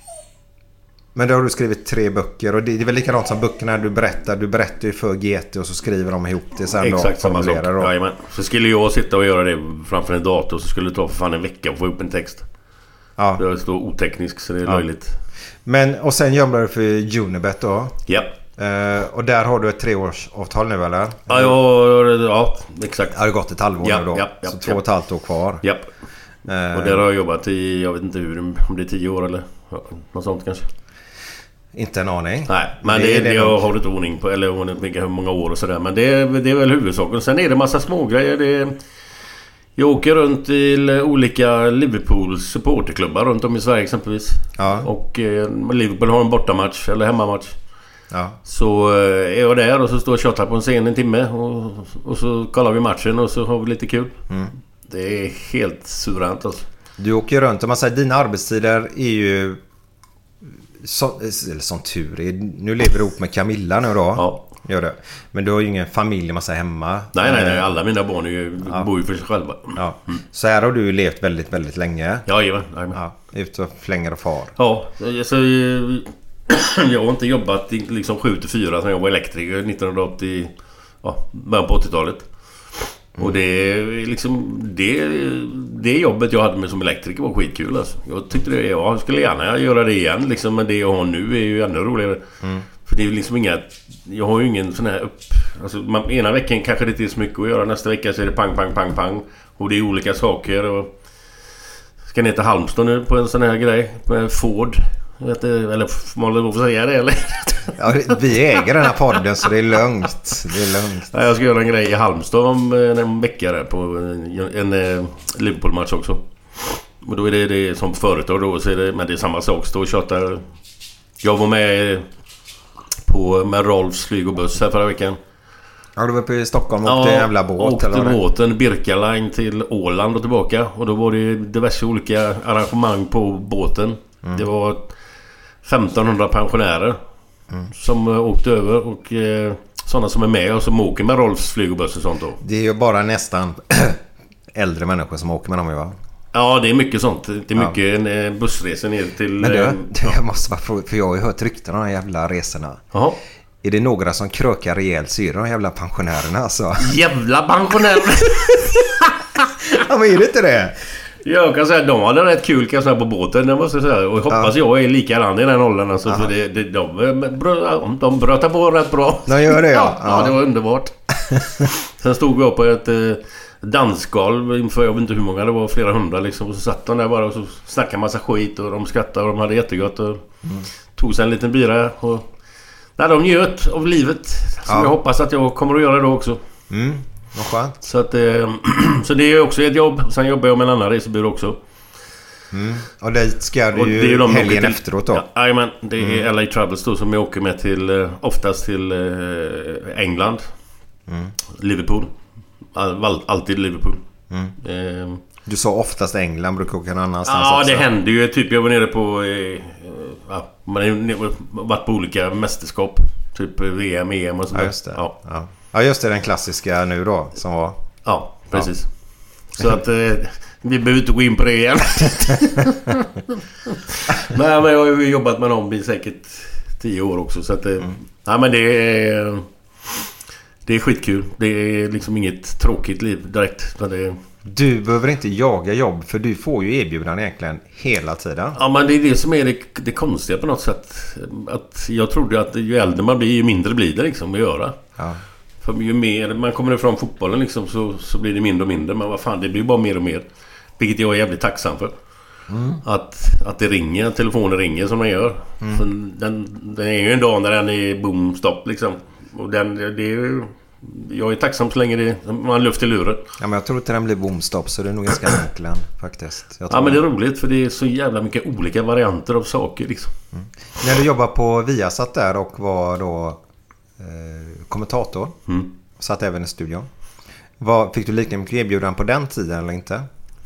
men då har du skrivit tre böcker och det är väl likadant som böckerna du berättar. Du berättar ju för G T och så skriver de ihop det sen. Exakt då, samma sak. Jajamän. Så skulle jag sitta och göra det framför en dator så skulle det ta för fan en vecka att få upp en text. Ja. Det står oteknisk så det är ja. löjligt. Men, och sen jobbar du för Unibet då? Ja. Uh, och där har du ett treårsavtal nu eller? Ja, ja, ja exakt. Har det gått ett halvår ja, nu då? Ja, ja, så ja. två och ett halvt år kvar. Ja. Uh, och där har jag jobbat i, jag vet inte hur, om det är tio år eller något sånt kanske. Inte en aning. Nej, men det, det, det jag har inte ordning på, eller hur många år och sådär. Men det, det är väl huvudsaken. Sen är det massa små grejer. Det, jag åker runt till olika Liverpools supporterklubbar runt om i Sverige exempelvis. Ja. Och eh, Liverpool har en bortamatch eller hemmamatch. Ja. Så eh, är jag där och så står jag och tjatar på en scen en timme. Och, och så kollar vi matchen och så har vi lite kul. Mm. Det är helt suveränt alltså. Du åker runt och man säger dina arbetstider är ju... Så, eller som tur är, nu lever du ihop med Camilla nu då. Ja. Gör det. Men du har ju ingen familj massa hemma. Nej, nej, nej. Alla mina barn är ju, ja. bor ju för sig själva. Ja. Mm. Så här har du levt väldigt, väldigt länge. Ja, jajamän. Ja, ut och flänger och far. Ja, så jag har inte jobbat liksom sju till fyra sedan jag var elektriker nittonhundraåttio, ja, början på åttiotalet. Mm. Och det är liksom det, det jobbet jag hade med som elektriker var skitkul alltså. Jag tyckte det, jag skulle gärna göra det igen liksom, men det jag har nu är ju ännu roligare. Mm. För det är liksom inga, jag har ju ingen sån här upp, alltså man, ena veckan kanske det inte är så mycket att göra, nästa vecka så är det pang, pang, pang, pang. Och det är olika saker. Och ska ner till Halmstad nu på en sån här grej med Ford. Vet du, eller får man lov att säga det eller? Ja, vi äger den här podden så det är lugnt. Det är lugnt. Ja, jag ska göra en grej i Halmstad om en vecka där på en, en, en Liverpool-match också. Och då är det, det som företag då, så är det, men det är samma sak. Stå och köta. Jag var med på med Rolfs flyg och buss här förra veckan. Ja, du var uppe i Stockholm och åkte en jävla båt. Åkte eller båten Birka Line till Åland och tillbaka. Och då var det diverse olika arrangemang på båten. Mm. Det var femtonhundra pensionärer mm. som uh, åkte över. Och uh, sådana som är med och som åker med Rolfs flyg och buss och sånt då. Det är ju bara nästan äldre människor som åker med dem, va? Ja, det är mycket sånt. Det är mycket ja. en bussresa ner till... Men du, du ja. jag måste bara fråga, för jag har ju hört rykten om de här jävla resorna. Jaha. Är det några som krökar rejält så är de jävla pensionärerna alltså. Jävla pensionärer! Ja, men är det inte det? Jag kan säga att de hade rätt kul kan jag säga på båten, det måste jag säga. Och jag hoppas ja. jag är likadan i den åldern alltså, för det, det, de, de bröt på rätt bra. De gör det, ja. Ja, ja det var underbart. Sen stod vi upp på ett eh, dansgolv inför, jag vet inte hur många det var, flera hundra liksom. Och så satt de där bara och så snackade massa skit och de skrattade och de hade jättegott och mm. tog sig en liten bira och där de njöt av livet som ja. jag hoppas att jag kommer att göra då också. Mm, vad skönt. Så, att, eh, så det är också ett jobb. Sen jobbar jag med en annan resebyrå också. Mm. Och dit ska du ju det är de helgen till, efteråt då? Ja, men det är mm. L A Travels då som jag åker med till, oftast till eh, England. Mm. Liverpool. All, alltid Liverpool. Mm. Eh, du sa oftast England, brukar åka någon annanstans ja, också. det händer ju. Typ jag var nere på... Eh, ja, man har varit på olika mästerskap. Typ V M, E M och sånt. Ja, just det. Ja. Ja. ja, just det. Den klassiska nu då, som var... Ja, precis. Ja. Så att... Eh, vi behöver inte gå in på det igen. Nej, men jag har ju jobbat med dem i säkert tio år också. Så att... Eh, mm. Nej, men det är... Det är skitkul. Det är liksom inget tråkigt liv direkt. Det... Du behöver inte jaga jobb, för du får ju erbjudan egentligen hela tiden. Ja, men det är det som är det, det konstiga på något sätt. Att jag trodde att ju äldre man blir, ju mindre blir det liksom att göra. Ja. För ju mer man kommer ifrån fotbollen liksom, så, så blir det mindre och mindre. Men vad fan, det blir bara mer och mer. Vilket jag är jävligt tacksam för. Mm. Att, att det ringer, telefonen ringer som den gör. Mm. För den, den är ju en dag när den är boom, stopp liksom. Och den, det är ju... Jag är tacksam så länge det, man har luft i luren. Ja, men jag tror inte den blir boomstopp, så det är nog ganska enkelt faktiskt. Ja, men det är roligt för det är så jävla mycket olika varianter av saker liksom. Mm. När du jobbar på Viasat där och var då eh, kommentator, mm. satt även i studion. Var, fick du lika mycket erbjudan på den tiden eller inte?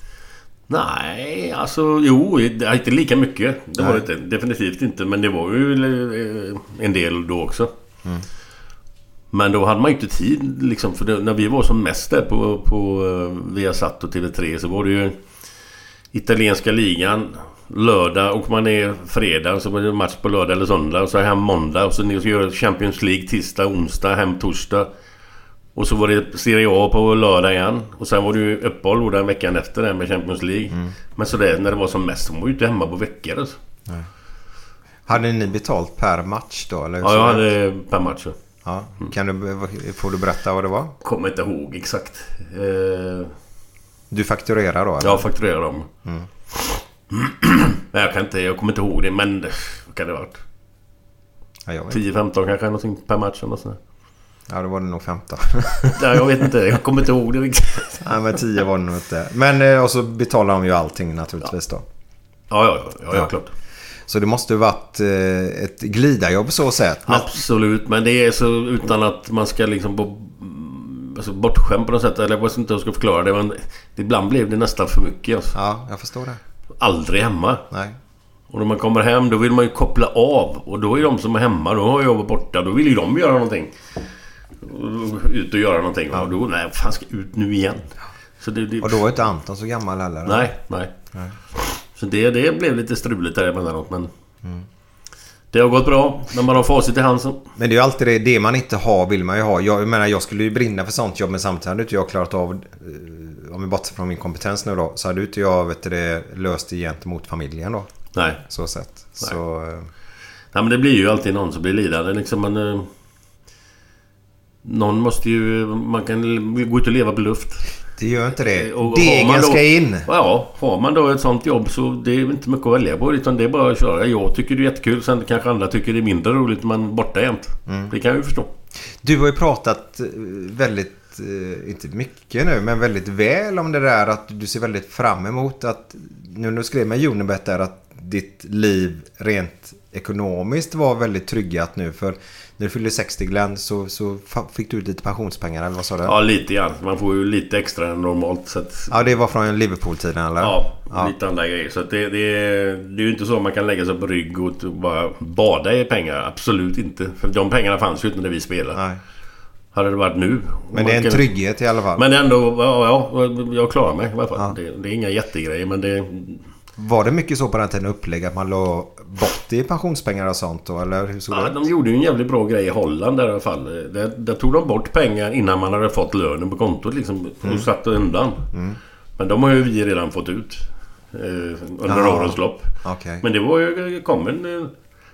Nej, alltså jo, inte lika mycket. Det var det definitivt inte, men det var ju en del då också. Mm. Men då hade man ju inte tid liksom, för det, när vi var som mest där på, på Viasat och T V tre så var det ju italienska ligan lördag och man är fredag, så var det match på lördag eller söndag och så hem måndag och så ni ska göra Champions League tisdag, onsdag, hem torsdag och så var det Serie A på lördag igen och sen var det ju uppehåll då den veckan efter det med Champions League. Mm. Men så det, när det var som mest så var man ju inte hemma på veckor alltså. Nej. Hade ni betalt per match då? Eller ja, jag hade per match. Ja. Ja. Kan du, får du berätta vad det var? Kommer inte ihåg exakt. Eh... Du fakturerar då? Eller? Jag fakturerar dem. Mm. Men jag kan inte, jag kommer inte ihåg det, men vad kan det ha varit? Ja, tio femton kanske någonting per match eller så. Ja, då var det nog femton. Ja, jag vet inte, jag kommer inte ihåg det riktigt. Ja, men tio var det nog inte. Men och så betalar de ju allting naturligtvis då. Ja, ja, ja, ja, ja. klart. Så det måste ju varit eh, ett glidarjobb så sett. Men... Absolut, men det är så utan att man ska liksom bo, alltså bortskämd på något sätt. Eller jag vet inte hur jag ska förklara det, men ibland blev det nästan för mycket. Alltså. Ja, jag förstår det. Aldrig hemma. Nej. Och när man kommer hem, då vill man ju koppla av. Och då är de som är hemma, då har jag varit borta. Då vill ju de göra någonting. Ut och göra någonting. Ja. Och då, nej, fan ska ut nu igen. Så det, det... Och då var inte Anton så gammal heller? Nej, nej. nej. Så det, det blev lite struligt där emellanåt, men mm. Det har gått bra när man har facit i handen. Men det är ju alltid det, det man inte har vill man ju ha. Jag menar, jag skulle ju brinna för sånt jobb, men samtidigt hade inte jag klarat av, om vi bortser från min kompetens nu då, så hade inte jag vet du, det löst det gentemot familjen då. Nej. Så sett. Nej. Så... Nej, men det blir ju alltid någon som blir lidande. Liksom man, eh, någon måste ju... Man kan gå ut och leva på luft. Det gör inte det. Och Degen ska in. Ja, har man då ett sånt jobb så det är inte mycket att välja på. Utan det är bara att köra. Jag tycker det är jättekul. Sen kanske andra tycker det är mindre roligt. Men borta jämt. Mm. Det kan jag ju förstå. Du har ju pratat väldigt, inte mycket nu, men väldigt väl om det där att du ser väldigt fram emot att, nu när du skrev med Unibet där, att ditt liv rent ekonomiskt var väldigt tryggat nu. För när du fyllde sextio, Glenn, så, så fick du ut lite pensionspengar, eller vad sa du? Ja, lite grann. Man får ju lite extra än normalt. Så att... Ja, det var från Liverpool-tiden, eller? Ja, ja, lite andra grejer. Så att det, det, det är ju inte så att man kan lägga sig på rygg och bara bada i pengar. Absolut inte. För de pengarna fanns ju inte när vi spelade. Nej. Hade det varit nu. Men det är en kan... trygghet i alla fall. Men ändå, ja, ja jag klarar mig i alla fall. Ja. Det, det är inga jättegrejer, men det... Var det mycket så på den tiden upplägg att man låg bort i pensionspengar och sånt då, eller hur såg det? Ja, de gjorde ju en jävligt bra grej i Holland där i alla fall. Där, där tog de bort pengar innan man hade fått lönen på kontot liksom, och mm. satt undan. Mm. Men de har ju vi redan fått ut eh, under ja. årens lopp. Okay. Men det var ju, kom en, en,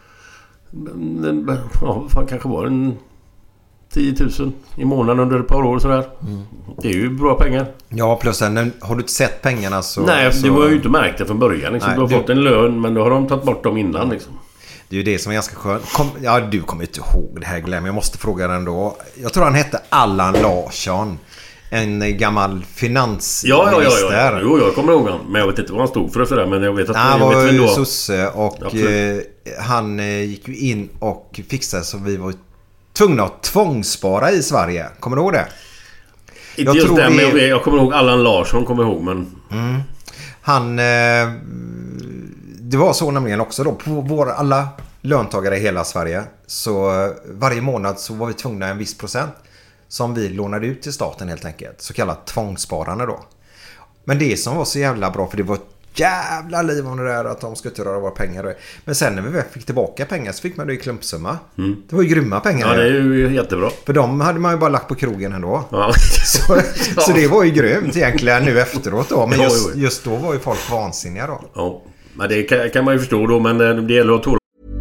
en ja, fan, kanske var en tio tusen i månaden under ett par år sådär. Mm. Det är ju bra pengar. Ja, plus sen har du inte sett pengarna så... Nej, så... du har ju inte märkt det från början. Liksom. Nej, du har du... fått en lön, men då har de tagit bort dem innan. Liksom. Det är ju det som är ganska skönt. Kom... Ja, du kommer inte ihåg det här, Glenn. Jag måste fråga den då. Jag tror han hette Allan Larsson. En gammal finansminister. Ja, ja, ja, ja. Jo, jag kommer ihåg han. Men jag vet inte vad han stod för och sådär. Men jag vet att han jag var vet ju sosse. Och eh, han eh, gick ju in och fixade så vi var tvungna att tvångsspara i Sverige. Kommer du ihåg det? Inte jag just det, vi... men jag kommer ihåg Allan Larsson, kommer ihåg, men... Mm. Han... Eh, det var så nämligen också då. På våra, alla löntagare i hela Sverige. Så varje månad så var vi tvungna en viss procent som vi lånade ut till staten helt enkelt. Så kallat tvångssparande då. Men det som var så jävla bra, för det var ett jävla liv om det där att de skulle röra våra pengar. Men sen när vi väl fick tillbaka pengar så fick man det i klumpsumma. Mm. Det var ju grymma pengar. Ja, det är ju jättebra. För de hade man ju bara lagt på krogen ändå. Ja. så, ja. så det var ju grymt egentligen nu efteråt då. Men just, just då var ju folk vansinniga då. Ja, men det kan, kan man ju förstå då, men det gäller att tåla.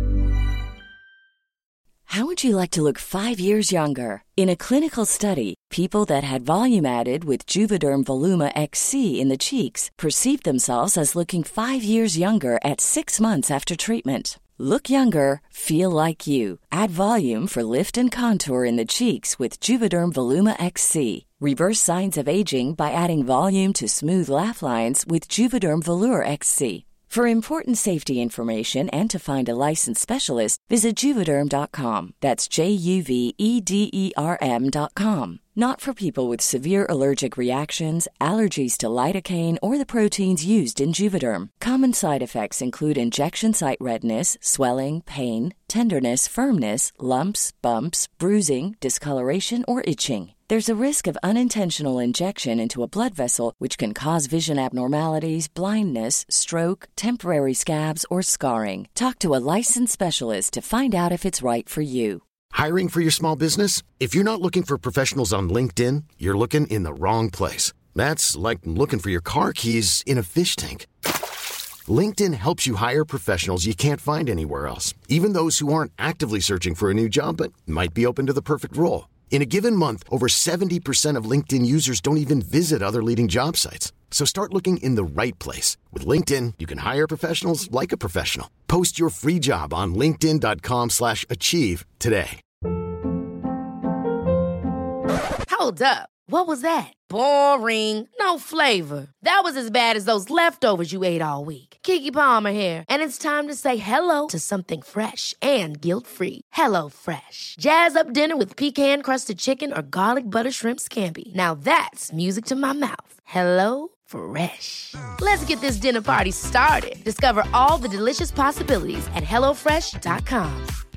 How would you like to look five years younger? In a clinical study, people that had volume added with Juvederm Voluma X C in the cheeks perceived themselves as looking five years younger at six months after treatment. Look younger, feel like you. Add volume for lift and contour in the cheeks with Juvederm Voluma X C. Reverse signs of aging by adding volume to smooth laugh lines with Juvederm Volure X C. For important safety information and to find a licensed specialist, visit Juvederm dot com. That's J U V E D E R M dot com. Not for people with severe allergic reactions, allergies to lidocaine, or the proteins used in Juvederm. Common side effects include injection site redness, swelling, pain, tenderness, firmness, lumps, bumps, bruising, discoloration, or itching. There's a risk of unintentional injection into a blood vessel, which can cause vision abnormalities, blindness, stroke, temporary scabs, or scarring. Talk to a licensed specialist to find out if it's right for you. Hiring for your small business? If you're not looking for professionals on LinkedIn, you're looking in the wrong place. That's like looking for your car keys in a fish tank. LinkedIn helps you hire professionals you can't find anywhere else, even those who aren't actively searching for a new job but might be open to the perfect role. In a given month, over seventy percent of LinkedIn users don't even visit other leading job sites. So start looking in the right place. With LinkedIn, you can hire professionals like a professional. Post your free job on linkedin dot com slash achieve today. Hold up. What was that? Boring. No flavor. That was as bad as those leftovers you ate all week. Keke Palmer here. And it's time to say hello to something fresh and guilt-free. Hello Fresh. Jazz up dinner with pecan-crusted chicken or garlic butter shrimp scampi. Now that's music to my mouth. Hello Fresh. Let's get this dinner party started. Discover all the delicious possibilities at hello fresh dot com.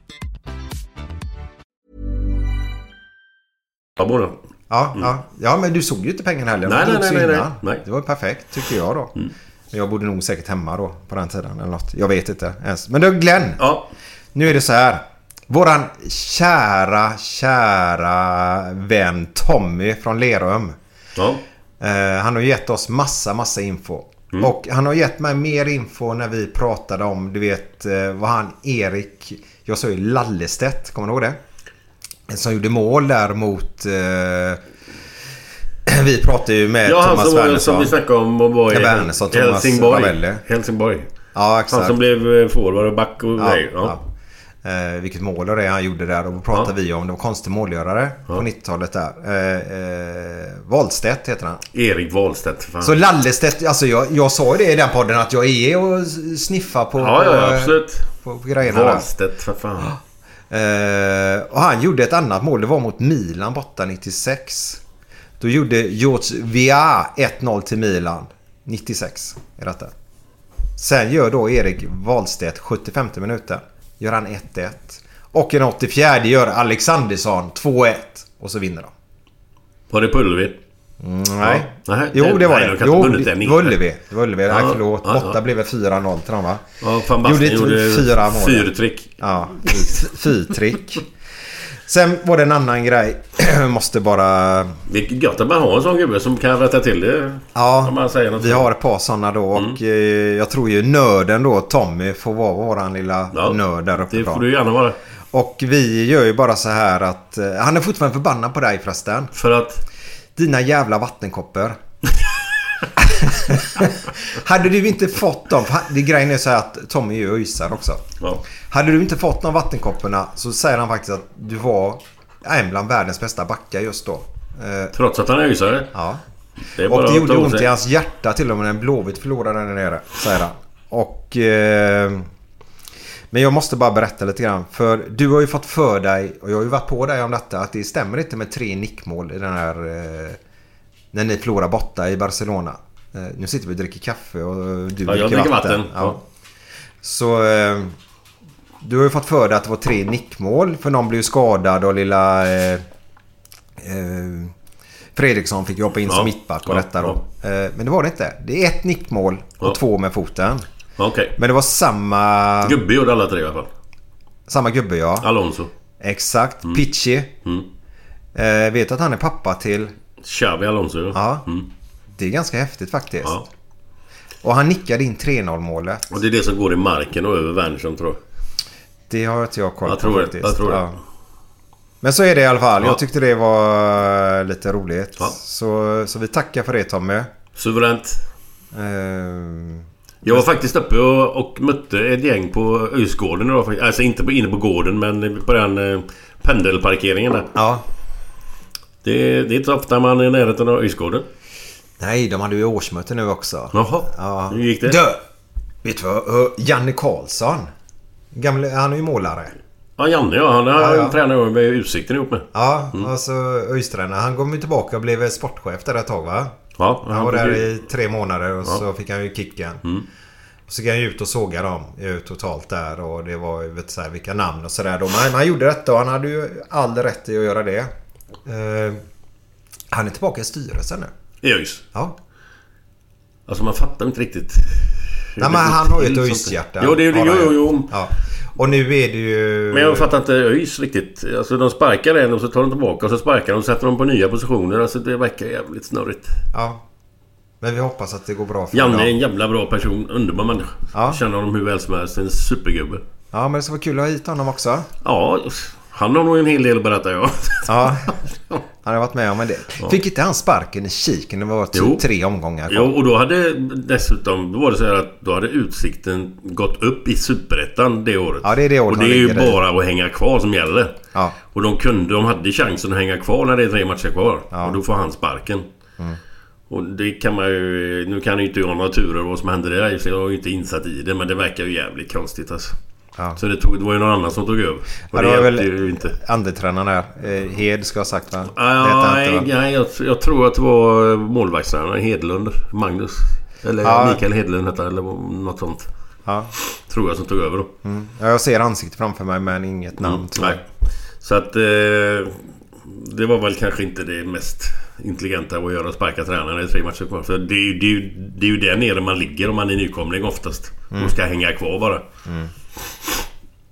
Ja, mm. ja, ja, men du såg ju inte pengarna heller. Nej, nej, nej, nej, nej. Det var perfekt, tycker jag då. Mm. Men jag bodde nog säkert hemma då på den tiden eller något. Jag vet inte ens. Men då Glenn, ja. nu är det så här. Våran kära, kära vän Tommy från Lerum. Ja. Eh, han har gett oss massa, massa info. Mm. Och han har gett mig mer info när vi pratade om, du vet, eh, vad han, Erik, jag sa ju Lallestedt, kommer du ihåg det? Som gjorde mål där mot... Eh, vi pratade ju med ja, Thomas Wernersson. Ja, som vi snackade om och var i Wernersson, Helsingborg. Ravelli. Helsingborg. Ja, exakt. Han som blev forward och back och ja, nej, ja. ja. Eh, vilket mål det han gjorde där. Och då pratade ja. vi om. Det var konstig målgörare ja. på nittiotalet där. Eh, eh, Wahlstedt heter han. Erik Wahlstedt. Fan. Så Lallestedt, alltså jag, jag sa ju det i den podden att jag är och sniffar på, ja, ja, ja, absolut. på, på grejerna Wahlstedt, för fan. Eh, och han gjorde ett annat mål. Det var mot Milan borta nittiosex. Då gjorde George Weah ett noll till Milan nittiosex är detta. Sen gör då Erik Wahlstedt sjuttiofemte minuten. Gör han ett ett. Och en åttiofjärde gör Alexandersson två ett. Och så vinner de. Var det på Ullevi? Mm, nej. Ja. Nej. Jo, det var nej, det. De jo, det var Ullevi. Det var Ullevi. Ja, nej, förlåt. ja, Borta ja. blev det fyra noll till dem, va? Ja, fan Basten gjorde, gjorde fyra mål. Fyrtrick. Ja, fyrtrick. Sen var det en annan grej. Måste bara... Det är gott att man har en sån gubbe som kan rätta till det. Ja, man säger något vi har ett par sådana då. Och mm. eh, jag tror ju nörden då, Tommy, får vara våran lilla ja, nörd där uppe. Det får du gärna vara. Och vi gör ju bara så här att... Eh, han är fortfarande förbannad på dig förresten. För att? Dina jävla vattenkoppor. Hade du inte fått dem... Det grejen är så här att Tommy är öjsar också. Ja. Hade du inte fått de vattenkopporna så säger han faktiskt att du var en bland världens bästa backar just då. Eh, Trots att han är öjsare? Ja. Det och det gjorde ont i hans hjärta till och med när Blåvitt förlorade där nere, säger han. Och... Eh, men jag måste bara berätta lite grann. För du har ju fått för dig, och jag har ju varit på dig om detta, att det stämmer inte med tre nickmål i den här... Eh, när ni förlorar borta i Barcelona. Eh, nu sitter vi och dricker kaffe och du ja, jag dricker vatten. vatten. Ja. Ja. Så... Eh, du har ju fått för dig att det var tre nickmål. För någon blev skadad och lilla... Eh, eh, Fredriksson fick ju hoppa in ja. som mittback på ja, detta då. Ja. Eh, men det var det inte. Det är ett nickmål och ja. två med foten. Okay. Men det var samma... Gubbe gjorde alla tre i alla fall. Samma gubbe, ja. Alonso. Exakt. Mm. Pichi. Mm. Eh, vet att han är pappa till... Xavi Alonso. Ja. Mm. Det är ganska häftigt faktiskt. Ja. Och han nickade in tre noll-målet. Och det är det som går i marken och över Wernersson, tror jag. Det har inte jag koll jag på tror faktiskt. Det. Jag tror det. Ja. Men så är det i alla fall. Ja. Jag tyckte det var lite roligt. Ja. Så, så vi tackar för det, Tommy. Suveränt. Uh, jag var faktiskt uppe och, och mötte ett gäng på Öjsgården idag. Alltså inte på, inne på gården, men på den eh, pendelparkeringen där. Ja. Det, det är inte så ofta man är i närheten av Öjsgården. Nej, de hade ju årsmöte nu också. Jaha, ja. Hur gick det? Dö! Vet du vad? Janne Karlsson. Gamle, han är ju målare. Ja, Janne, ja. Han har ja, ja. tränat med Utsikten ihop med. Ja, mm. alltså Öjstränare. Han kom ju tillbaka och blev sportchef där ett tag, va? Ja. Han, han var där i tre månader och ja. så fick han ju kicken. Mm. Och så gick han ju ut och såga dem ut totalt där. Och det var ju, vet så här, vilka namn och sådär. Men han, han gjorde detta och han hade ju all rätt i att göra det. Uh, han är tillbaka i styrelsen nu. I ÖIS? Ja. Alltså man fattar inte riktigt. Nej, men han har ju ett ÖIS-hjärta. Jo, det är jo, jo, jo. Ja. Och nu är det ju... Men jag fattar inte ÖIS riktigt. Alltså de sparkar en och så tar de tillbaka och så sparkar de och sätter dem på nya positioner. Alltså det verkar jävligt snurrigt. Ja. Men vi hoppas att det går bra för Janne är en jävla bra person. Underbar människa. Ja. Jag känner honom hur väl som helst. En supergubbe. Ja, men det ska vara kul att ha hit honom också. Ja, han har nog en hel del att berätta, ja. Ja, han har varit med om en del. Ja. Fick inte han sparken i kiken? Det var typ jo. tre omgångar. Jo, och då hade dessutom, då var det så här att då hade Utsikten gått upp i Superettan det året. Ja, det är det året. Och det är ju bara att hänga kvar som gäller. Ja. Och de kunde, de hade chansen att hänga kvar när det är tre matcher kvar. Ja. Och då får han sparken. Mm. Och det kan man ju, nu kan ju inte jag några turer vad som hände där. Jag har ju inte insatt i det, men det verkar ju jävligt konstigt alltså. Ja. Så det, tog, det var ju någon annan som tog över. Och det, det var väl ju inte andetränaren där. Eh, Hed ska ha sagt, va? Ja, nej, nej jag, jag tror att det var målvaktstränaren Hedlund, Magnus. Eller ja. Mikael Hedlund hette, eller något sånt. Ja. Tror jag som tog över då. Mm. Ja, jag ser ansiktet framför mig men inget namn. Mm, nej. Så att eh, det var väl kanske inte det mest intelligenta att göra, sparka tränarna i tre matcher kvar. För det är ju, det är ju, det är ju där nere man ligger om man är nykomling oftast. Mm. Och ska hänga kvar bara. Mm.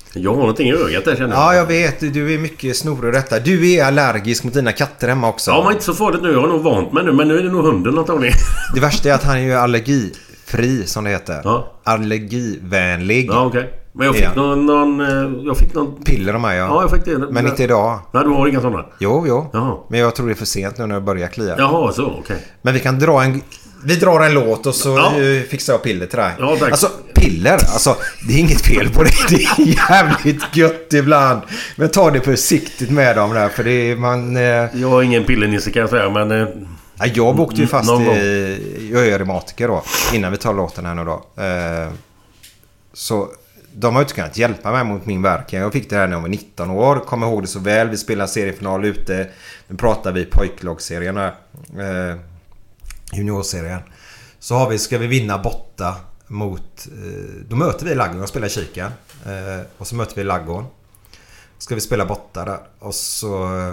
Jag har någonting i ögat där, känner jag. Ja, jag vet. Du är mycket snorig detta. Du är allergisk mot dina katter hemma också. Ja, men inte så farligt nu. Jag har nog vant mig nu. Men nu är det nog hunden antagligen. Det värsta är att han är ju allergifri, som det heter. Ja. Allergivänlig. Ja, okej. Okay. Men jag fick ja. någon, någon... Jag fick någon... Piller av mig, ja. Ja, jag fick det. Men inte idag. Nej, du har inga sådana. Jo, jo. Jaha. Men jag tror det är för sent nu när det börjar klia. Jaha, så, okej. Okay. Men vi kan dra en... Vi drar en låt och så ja. fixar jag piller till dig. Ja, tack. Alltså, piller, alltså, det är inget fel på det. Det är jävligt gött ibland. Men ta det försiktigt med dem där, för det är man... Eh... Jag har ingen pillernisse kan jag säga, men... Eh... Ja, jag åkte ju fast i... Jag är reumatiker då, innan vi tar låten här nu då. Eh... Så... De har ju inte kunnat hjälpa mig mot min verk. Jag fick det här när jag var nitton år. Kommer ihåg det så väl. Vi spelar seriefinal ute. Nu pratar vi pojklagsserien här. Eh... Juniorserien. Så har vi, ska vi vinna borta mot eh, då möter vi Laggon och spelar kikan eh, och så möter vi Laggon. Ska vi spela borta där och så eh,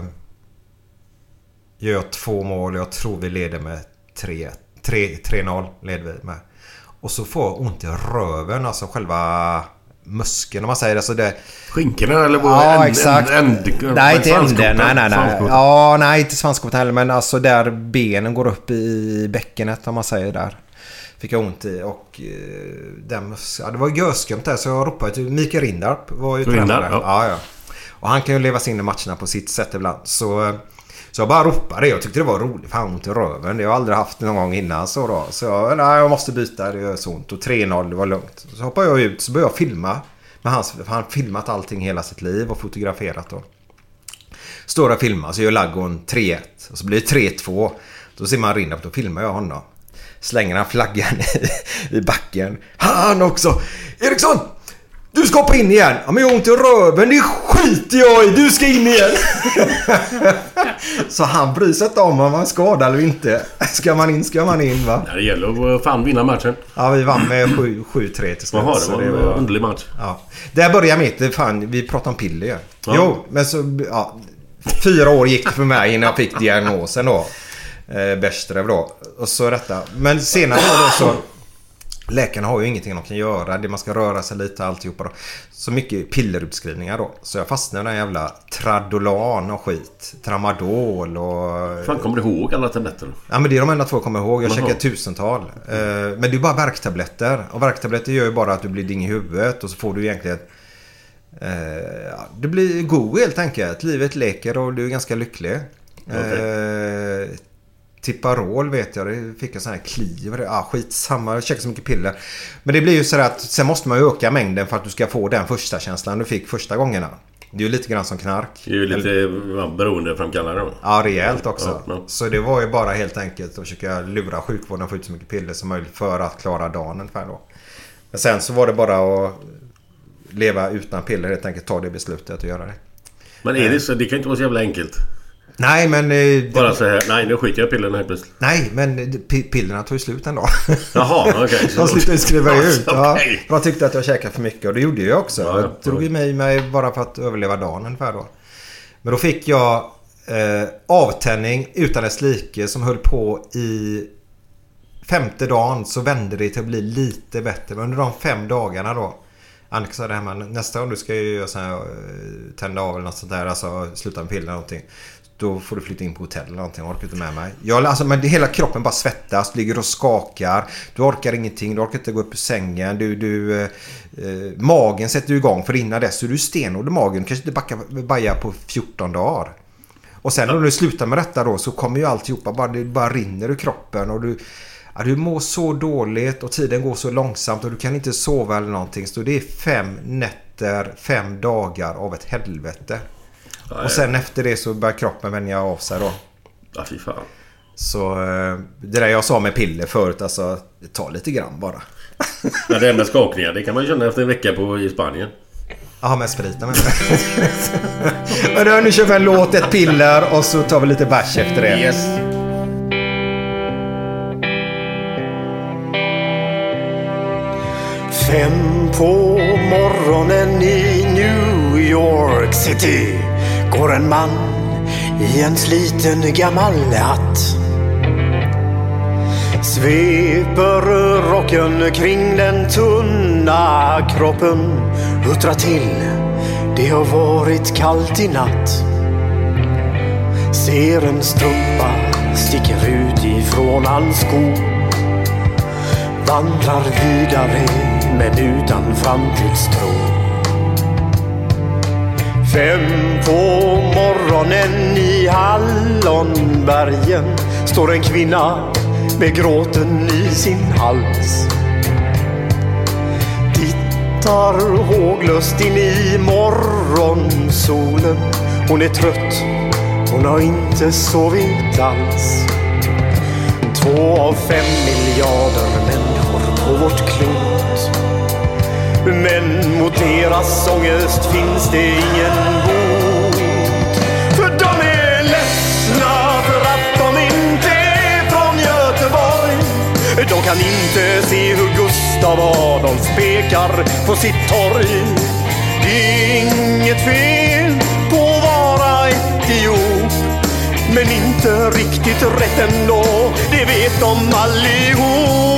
gör jag två mål. Jag tror vi leder med tre noll leder vi med. Och så får ont i röven, alltså själva muskeln om man säger det, så det skinkorna eller bara ja, en, exakt. En, en, nej, inte änden. Nej, nej, nej. Ja, nej, inte svanskotan heller, men alltså där benen går upp i bäckenet om man säger där. Fick jag ont i och den, ja, det var görskumt där så jag ropade till Mikael Rindarp var ju tränare. Ja. Ja, ja. Och han kan ju leva sig in i matcherna på sitt sätt ibland. Så Så jag bara ropade. Jag tyckte det var roligt. Fan, ont i röven. Det har jag aldrig haft någon gång innan. Så då. Så jag, nej, jag måste byta. Det gör så ont. Och tre noll, det var lugnt. Så hoppade jag ut. Så började jag filma. Men han har filmat allting hela sitt liv. Och fotograferat då. Står och filmar. Så gör Laggon tre ett. Och så blir det tre två. Då ser man rinna upp. Då filmar jag honom. Slänger han flaggan i, i backen. Han också. Eriksson! Du ska hoppa in igen. Ja, men jag har ont i röven. Det skiter jag i. Du ska in igen. Så han bryr sig inte om om man skadar eller inte. Ska man in, ska man in, va? Det gäller att fan vinna matchen. Ja, vi vann med sju tre till slut. Jaha, det var en var... underlig match. Ja. Där börjar mitt. Fan, vi pratar om piller. Ja. Jo, men så... Ja, fyra år gick det för mig innan jag fick diagnosen då. Eh, Bästrev då. Och så detta. Men senare då så... Läkarna har ju ingenting de kan göra. Det man ska röra sig lite alltihopa då. Så mycket pillerutskrivningar då. Så jag fastnade i den jävla Tradolan och skit. Tramadol och... Fan, kommer du ihåg alla tabletter? Ja, men det är de enda två jag kommer ihåg. Jag checkar tusental. Uh, men det är bara värktabletter. Och värktabletter gör ju bara att du blir ding i huvudet. Och så får du egentligen... Uh, ja, det blir god helt enkelt. Livet leker och du är ganska lycklig. Okay. Uh, Tipparol vet jag, det fick jag sån här kliv. Ja, ah, skitsamma, jag käkar så mycket piller. Men det blir ju så att sen måste man ju öka mängden för att du ska få den första känslan du fick första gångerna. Det är ju lite grann som knark. Det är ju lite Eller... beroendeframkallande då. Ja, rejält också. Ja, ja. Så det var ju bara helt enkelt att försöka lura sjukvården och få ut så mycket piller som möjligt för att klara dagen ungefär då. Men sen så var det bara att leva utan piller, helt enkelt ta det beslutet att göra det. Men är det så? Det kan inte vara så jävla enkelt. Nej, men... Eh, Bara så här, nej, nu skiter jag pillerna här plötsligt. Nej, men p- pillerna tog ju slut en dag. Jaha, okej. Okay. De slutade skriva ut. Okay. Ja, jag tyckte att jag käkade för mycket och det gjorde jag också. Ja, ja. Jag drog i mig, mig bara för att överleva dagen ungefär då. Men då fick jag eh, avtändning utan dess like som höll på i femte dagen, så vände det till att bli lite bättre. Men under de fem dagarna då, Annika sa det här, men nästa gång du ska ju göra så här, tända av eller något sånt där, alltså sluta med piller eller någonting. Då får du flytta in på hotell eller någonting. Jag orkar inte med mig. Jag, alltså, men hela kroppen bara svettas. Ligger och skakar. Du orkar ingenting. Du orkar inte gå upp ur sängen. Du, du, eh, magen sätter du igång. För innan dess så är du stenord i magen. Du kanske inte backar, bajar på fjorton dagar. Och sen när du slutar med detta då, så kommer ju alltihopa. Bara, det bara rinner ur kroppen. Och du, ja, du mår så dåligt. Och tiden går så långsamt. Och du kan inte sova eller någonting. Så det är fem nätter, fem dagar av ett helvete. Ja, och sen ja. Efter det så börjar kroppen vänja av sig då. Ja, fy fan. Så det där jag sa med piller förut, alltså det tar lite grann bara. Ja, det är med skakningar, det kan man ju känna efter en vecka på i Spanien. Ja, med spriten. Men då, nu kör vi en låt, ett piller och så tar vi lite bärs efter det. Yes. Fem på morgonen i New York City går en man i en sliten gammal hatt. Sveper rocken kring den tunna kroppen, huttrar till Det har varit kallt i natt. Ser en strumpa sticker ut ifrån hans sko. Vandrar vidare men utan framtidstro. Fem på morgonen i Hallonbergen står en kvinna med gråten i sin hals. Tittar håglöst in i morgonsolen. Hon är trött, hon har inte sovit alls. Två av fem miljarder människor på vårt klot. Men mot deras ångest finns det ingen bot. För de är ledsna för att de inte är från Göteborg. De kan inte se hur Gustav Adolf pekar på sitt torg. Det är inget fel på att vara etiop, men inte riktigt rätt ändå, det vet de allihop.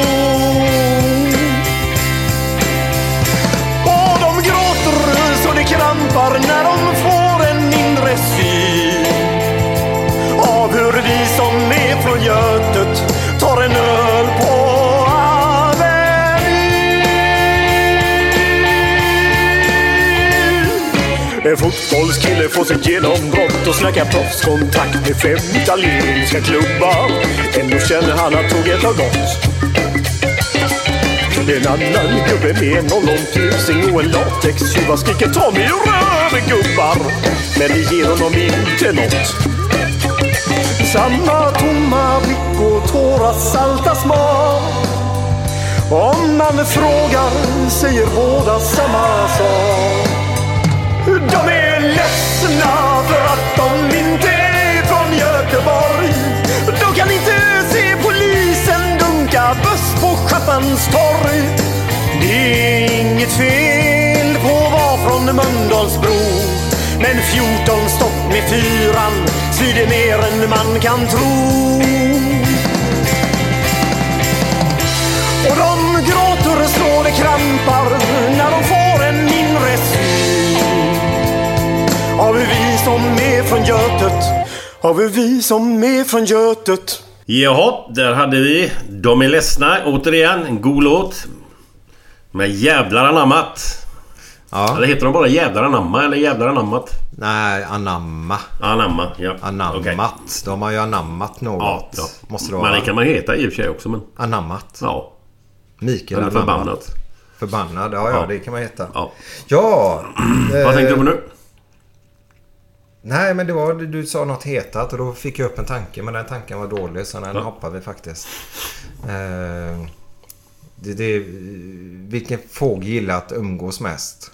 Och de gråter så det krampar när de får en inre syn av hur vi som är från Götet tar en öl på En fotbollskille får sitt genombrott och snackar proffskontakt med fem italienska klubbar. Ändå känner han att tåget har gått. En annan gubbe med en ollontusing och en latextjuva skriker ta mig ur röven gubbar. Men det ger honom inte något. Samma tomma blick och tårar salta smak. Om man frågar säger båda samma sak. De är ledsna för att de inte är från Göteborg. De kan inte se polisen dunka buss på Schappans torg. Det är inget fel på att vara från Mölndalsbro, men fjorton stopp med fyran svider mer än man kan tro. Och de gråter så det krampar när de får en inre syn av vi som är från Götet, av vi som är från Götet. Jaha, där hade vi De är ledsna, återigen, en god låt med Jävlar anammat. Ja. Eller heter de bara Jävlar anamma eller Jävlar anammat? Nej, anamma. Anamma, ja. Anammat. Okay. De har ju anammat något. Ja, ja. Måste det Men vara. det kan man heta i och för sig också, men... Anammat. Ja. Mikael Eller anammat. förbannat. Förbannad, ja, ja, Ja. det kan man heta. Ja. Ja. Vad eh, tänkte du på nu? Nej, men det var, du sa något hetat och då fick jag upp en tanke, men den tanken var dålig så den Ja. hoppar vi faktiskt. Eh, det, det, vilken fågel gillar att umgås mest?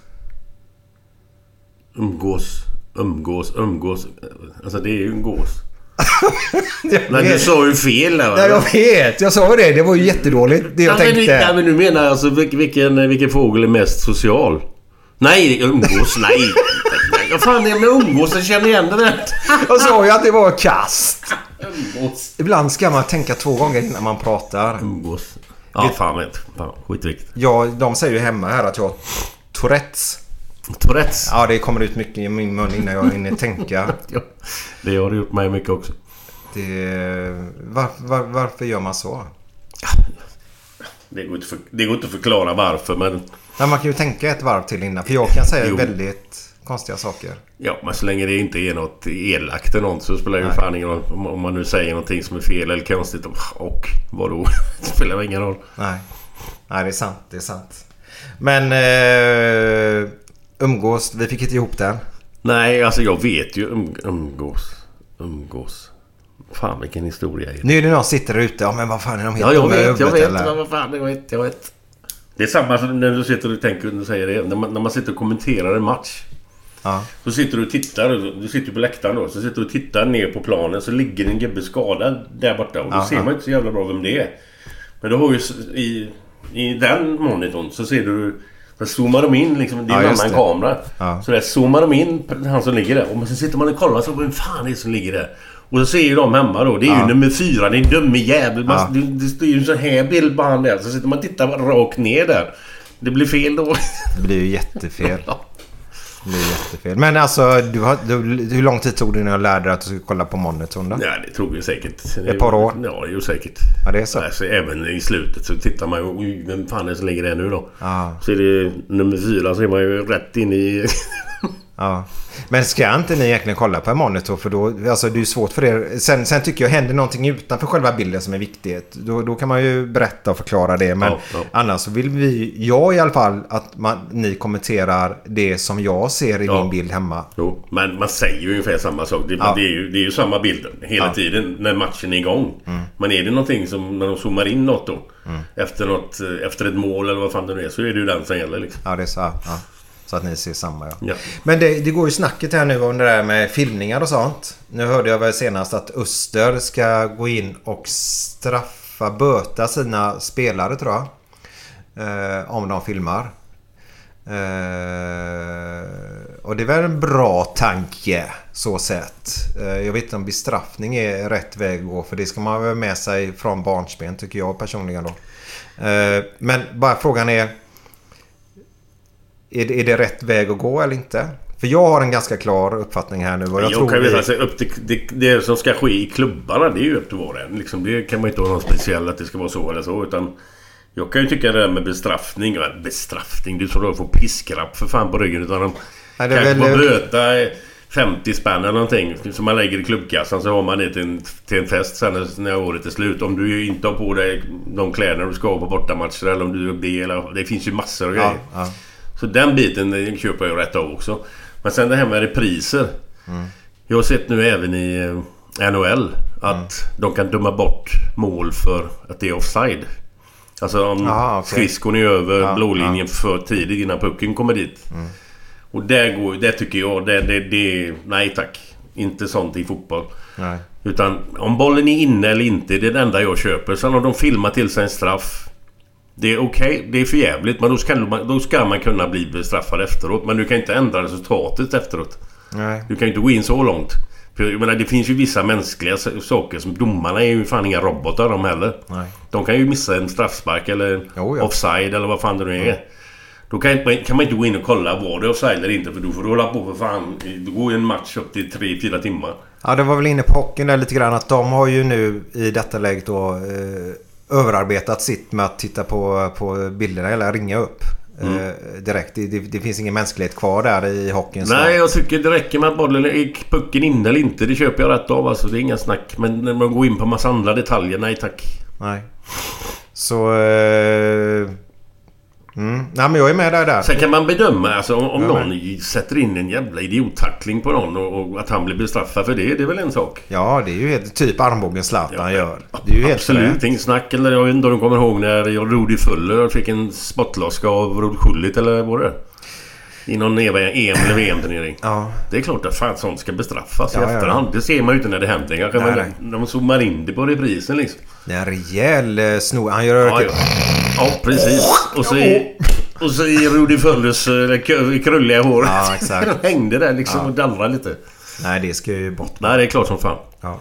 Umgås, umgås, umgås. Alltså det är ju en gås. Jag Men du vet. sa ju fel där, va? Ja, jag vet. Jag sa det. Det var ju jättedåligt. Det jag Ja, men, du, tänkte. ja, men du menar alltså vilken, vilken, vilken fågel är mest social? Nej, umgås, nej. Vad fan är det med umgås? Jag känner igen det där. Jag sa ju att det var kast. Umgås. Ibland ska man tänka två gånger innan man pratar. Umgås. Ja, fan vet. Fan, skitviktigt. Ja, de säger ju hemma här att jag har Tourettes. Tourettes. Ja, det kommer ut mycket i min mun innan jag hinner tänka. Ja, det har det gjort mig mycket också. Det, var, var, varför gör man så? Det går, inte för, det går inte att förklara varför, men... Men man kan ju tänka ett varv till innan. För jag kan säga Jo. väldigt konstiga saker. Ja, men så länge det inte är något elakt eller något så spelar det ju Nej. fan ingen roll. Om, om man nu säger någonting som är fel eller konstigt. Och vadå? Det spelar väl ingen roll. Nej. Nej, det är sant. Det är sant. Men eh, umgås. Vi fick inte ihop den. Nej, alltså jag vet ju um, umgås. Umgås. Fan, vilken historia är det? Nu är det någon som sitter ute. Ja, men vad fan är de helt Ja, jag dumma i vet, jag huvudet, vet. eller? Vad fan, jag vet, jag vet. Det är samma som när du sitter och tänker och säger det. När man, när man sitter och kommenterar en match. Ja. Så sitter du och tittar. Du sitter på läktaren då. Så sitter du och tittar ner på planen. Så ligger en gubbe skadad där borta. Och då Ja, ser ja. man inte så jävla bra vem det är. Men då har ju s- i, i den monitorn så ser du... Så zoomar de in liksom. Det är Ja, en just annan det. kamera. Ja. Så där zoomar de in på han som ligger där. Och sen sitter man och kollar så vem fan är det som ligger där. Och så ser ju de hemma då. Det är Ja. ju nummer fyra. Det är en dumme jävel. Man, Ja. det, det står ju en sån här bild på han där. Så sitter man och tittar rakt ner där. Det blir fel då. Det blir ju jättefel. Ja. Det är jättefel. Men alltså, du har, du, hur lång tid tog det när du lärde dig att du skulle kolla på monitorn då? Ja, det tog ju säkert. Ett par år? Ja, det är ju säkert. Ja, det är så. Alltså, även i slutet så tittar man ju, vem fan är det som ligger där nu då? Ah. Så är det nummer fyra så är man ju rätt in i... Ja. Men ska inte ni egentligen kolla på en monitor? För då, alltså det är svårt för er. Sen, sen tycker jag händer någonting utanför själva bilden som är viktigt. Då, då kan man ju berätta och förklara det. Men ja, ja. annars så vill vi, jag i alla fall, att man, ni kommenterar det som jag ser i ja. min bild hemma. Jo, men man säger ju ungefär samma sak. Det, ja. det, är, ju, det är ju samma bild hela ja. tiden när matchen är igång. Mm. Men är det någonting som när de zoomar in något då? Mm. Efter, något, efter ett mål eller vad fan det nu är, så är det ju den som gäller liksom. Ja, det är så. Ja. Så att ni ser samma, ja. ja. Men det, det går ju snacket här nu om det där med filmningar och sånt. Nu hörde jag väl senast att Öster ska gå in och straffa, böta sina spelare, tror jag. Eh, om de filmar. Eh, och det är väl en bra tanke, så sett. Eh, jag vet inte om bestraffning är rätt väg att gå. För det ska man väl med sig från barnsben, tycker jag personligen då. Eh, men bara frågan är... Är det, är det rätt väg att gå eller inte? För jag har en ganska klar uppfattning här nu. Och jag jag tror kan vi... väl säga upp till, det, det som ska ske i klubbarna, det är ju upp till var en. Liksom, det kan man inte ha någon speciell att det ska vara så eller så. Utan jag kan ju tycka det där med bestraffning. Bestraffning, du tror du får piskrapp för fan på ryggen. Utan de Nej, det kan väl... få böta femtio spänn eller någonting som man lägger i klubbkassan, så har man det till en, till en fest sen när året är slut. Om du inte har på dig de kläder du ska ha på bortamatcher, eller om du är det, eller, det finns ju massor av grejer. Ja, ja. Så den biten köper jag rätt av också. Men sen det här med repriser. Mm. Jag har sett nu även i N H L att mm. de kan döma bort mål för att det är offside. Alltså om Aha, okay. skridskon är över ja, blålinjen ja. för tidigt innan pucken kommer dit. Mm. Och där går, det tycker jag, det, det, det, nej tack. Inte sånt i fotboll. Nej. Utan om bollen är inne eller inte, det är det enda jag köper. Sen om de filmar till sig en straff, det är okej, okay, det är för jävligt, men då ska, man, då ska man kunna bli bestraffad efteråt. Men du kan inte ändra resultatet efteråt. Nej. Du kan inte gå in så långt. För jag menar, det finns ju vissa mänskliga saker som domarna är ju fan inga robotar de heller. Nej. De kan ju missa en straffspark eller jo, ja. offside eller vad fan det nu är. Mm. Då kan, kan man inte gå in och kolla var det offside eller inte, för då får du hålla på för fan. Det går ju en match upp till tre fyra timmar. Ja, det var väl inne på hockeyn där lite grann, att de har ju nu i detta läget då eh, överarbetat sitt med att titta på, på bilderna eller ringa upp mm. eh, direkt. Det, det, det finns ingen mänsklighet kvar där i hockeyn. Nej, jag tycker det räcker med att bollen är pucken in eller inte. Det köper jag rätt av, alltså det är inga snack. Men när man går in på massa andra detaljer, nej tack. Nej. Så... Eh, Mm. Nej, men jag är med där, där. Sen kan man bedöma alltså, om, om någon sätter in en jävla idiottackling på någon och, och att han blir bestraffad för det, det är väl en sak. Ja, det är ju helt, typ armbågen Zlatan ja, gör. Det är ju absolut inget snack. Eller jag vet inte om de kommer ihåg när jag Rudi Fuller och fick en spottloska av Rod Schullit eller vad det är. I någon E M eller V M-turnering. Ja. Det är klart att fan sånt ska bestraffas ja, i efterhand. Ja, ja. Det ser man ju inte när det händer. Kanske nej, nej. De zoomar in det på reprisen liksom. Det är en rejäl snor. Han gör ja, ja. ja, precis. Och så i, och så i Rudi Fullers krulliga hår. Ja, exakt. De hängde där liksom ja. och dallrade lite. Nej, det ska ju bort. Nej, det är klart som fan. Ja.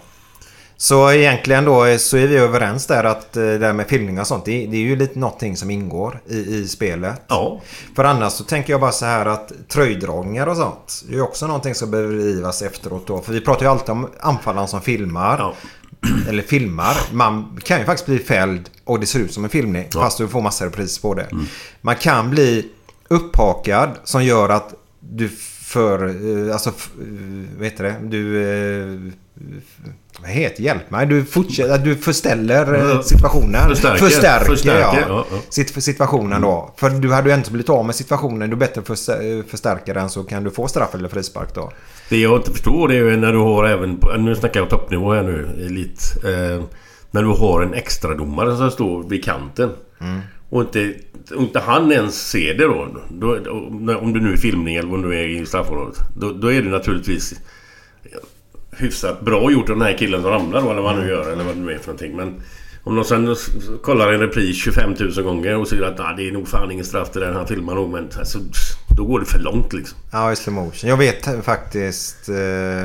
Så egentligen då så är vi överens där att det där med filmning och sånt, det, det är ju lite någonting som ingår i, i spelet. Ja. För annars så tänker jag bara så här att tröjdragningar och sånt, det är ju också någonting som behöver drivas efteråt då. För vi pratar ju alltid om anfallaren som filmar. Ja. Eller filmar. Man kan ju faktiskt bli fälld och det ser ut som en filmning ja. fast du får massor av pris på det. Mm. Man kan bli upphakad som gör att du för alltså vad heter det? Du vad heter hjälp mig. Du fortsätter du förställer situationen. Förstärker, förstärker, förstärker ja, ja, ja. situationen mm. då. För du hade ju inte blivit av med situationen. Du bättre för, förstärker den, så kan du få straff eller frispark då. Det jag inte förstår, det är ju när du har även på, nu snackar jag toppnivå här nu elit, eh, när du har en extra domare som står vid kanten mm. och inte, inte han ens ser det då, då, då om du nu är filmning eller om du är i straffområdet, då, då är det naturligtvis hyfsat bra gjort av den här killen som ramlar då, eller vad han nu gör eller vad det nu är för någonting. Men om de sen kollar en repris tjugofem tusen gånger och säger att nah, det är nog fan ingen straff det där, han filmar nog, men alltså, Då går det för långt liksom. Ja, i slow motion. Jag vet faktiskt eh,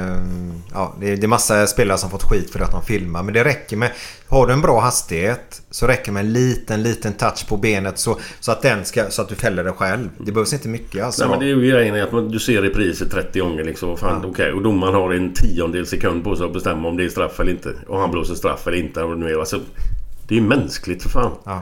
ja, det är, det är massa spelare som fått skit för att de filmar. Men det räcker med, har du en bra hastighet så räcker med en liten, liten touch på benet så, så, att, den ska, så att du fäller det själv. Det behövs inte mycket alltså. Nej, men det är ju grejen att man, du ser repriser trettio gånger liksom. Fan, ja. Okay. Och domaren har en tiondel sekund på sig att bestämma om det är straff eller inte. Och han blåser straff eller inte. Och nu är, alltså, det är ju mänskligt för fan. Ja.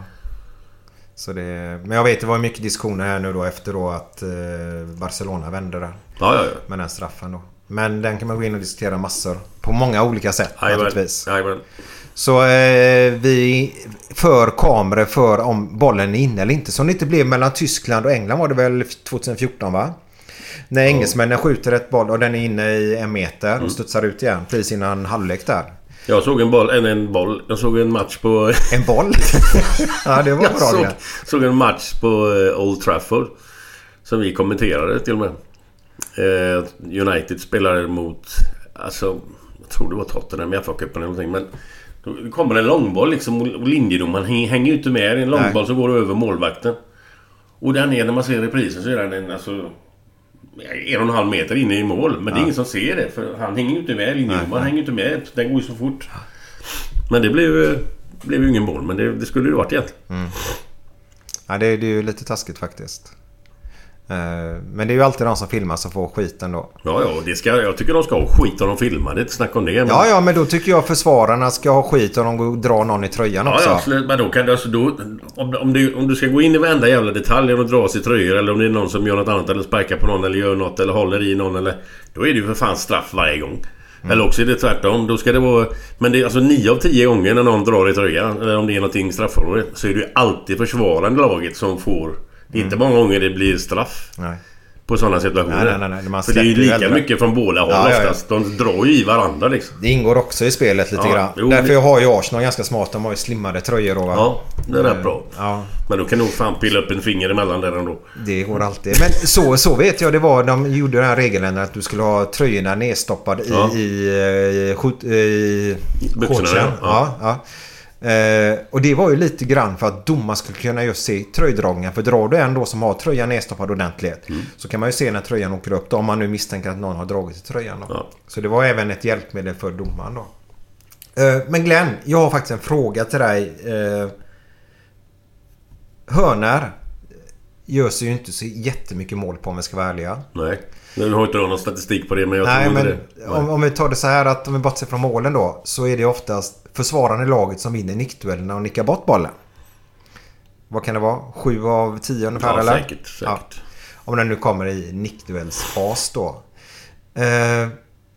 Så det, men jag vet det var mycket diskussioner här nu då efter då att eh, Barcelona vände där. Ja, ja, ja. Med den straffen då. Men den kan man gå in och diskutera massor. På många olika sätt naturligtvis. Jajamän. Så eh, vi för kameror för om bollen är inne eller inte. Som det inte blev mellan Tyskland och England var det väl tjugohundrafjorton va? När ja. Engelsmännen skjuter ett boll och den är inne i en meter mm. och studsar ut igen. Precis innan halvlek där. Jag såg en boll, en, en boll. Jag såg en match på... En boll? Ja, det var jag bra. såg, det. såg en match på Old Trafford. Som vi kommenterade till och med. Eh, United spelade mot... Alltså, jag tror det var Tottenham i F A-cupen eller någonting. Men då kommer en långboll liksom. Och linjedomaren hänger ju inte med. En långboll Nej. Som går över målvakten. Och där nere när man ser reprisen så är den en... Alltså, en och en halv meter inne i mål. Men det är ja. Ingen som ser det. För han hänger ju inte med. Linjedomaren hänger inte med. Den går ju så fort. Men det blev, blev ju ingen mål. Men det, det skulle ju varit egentligen. Mm. Ja, det, det är ju lite taskigt faktiskt. Men det är ju alltid de som filmar som får skiten då. Ja, ja, det ska, jag tycker de ska ha skit om de filmar. Det är inte snack om det. Men... Ja, ja, men då tycker jag försvararna ska ha skit om de går och drar någon i tröjan också. Ja, absolut. Men då kan du, alltså, då, om, om, du, om du ska gå in i varenda jävla detalj och dra sig i tröjor eller om det är någon som gör något annat eller sparkar på någon eller gör något eller håller i någon eller, då är det ju för fan straff varje gång. Mm. Eller också är det tvärtom. Då ska det vara, men det är alltså nio av tio gånger när någon drar i tröjan eller om det är någonting straffområdet så är det ju alltid försvarande laget som får. Det är mm. inte många gånger det blir straff. Nej. På sådana situationer. Nej, nej, nej, nej. För det är ju lika mycket från båda håll ja, oftast. Ja, ja. De drar ju i varandra liksom. Det ingår också i spelet lite ja, grann. Jo, Därför det... har ju Arsenal ganska smart. De har ju slimmade tröjor då, va? Ja, det är rätt bra. Ja. Men då kan nog fan pilla upp en finger emellan där ändå. Det går alltid. Men så, så vet jag det var. De gjorde den här regeln att du skulle ha tröjorna nedstoppad ja. i, i, i, i byxorna. Ja. Ja, ja. Eh, och det var ju lite grann för att domar skulle kunna just se tröjdragningar. För drar du en då som har tröjan nedstoppad ordentligt mm. så kan man ju se när tröjan åker upp då, om man nu misstänker att någon har dragit i tröjan då. Ja. Så det var även ett hjälpmedel för domaren då. eh, Men Glenn, jag har faktiskt en fråga till dig. eh, Hörner gör sig ju inte så jättemycket mål på om vi ska vara ärliga. Nej, nu har inte någon statistik på det. Men jag Nej, tror men det. Nej. Om, om vi tar det så här att om vi bortser från målen då, så är det oftast försvarande laget som vinner nickduellerna och nickar bort bollen. Vad kan det vara? Sju av tio ungefär ja, eller? Säkert, säkert. Ja. Om den nu kommer i nickduellsfas då. Eh,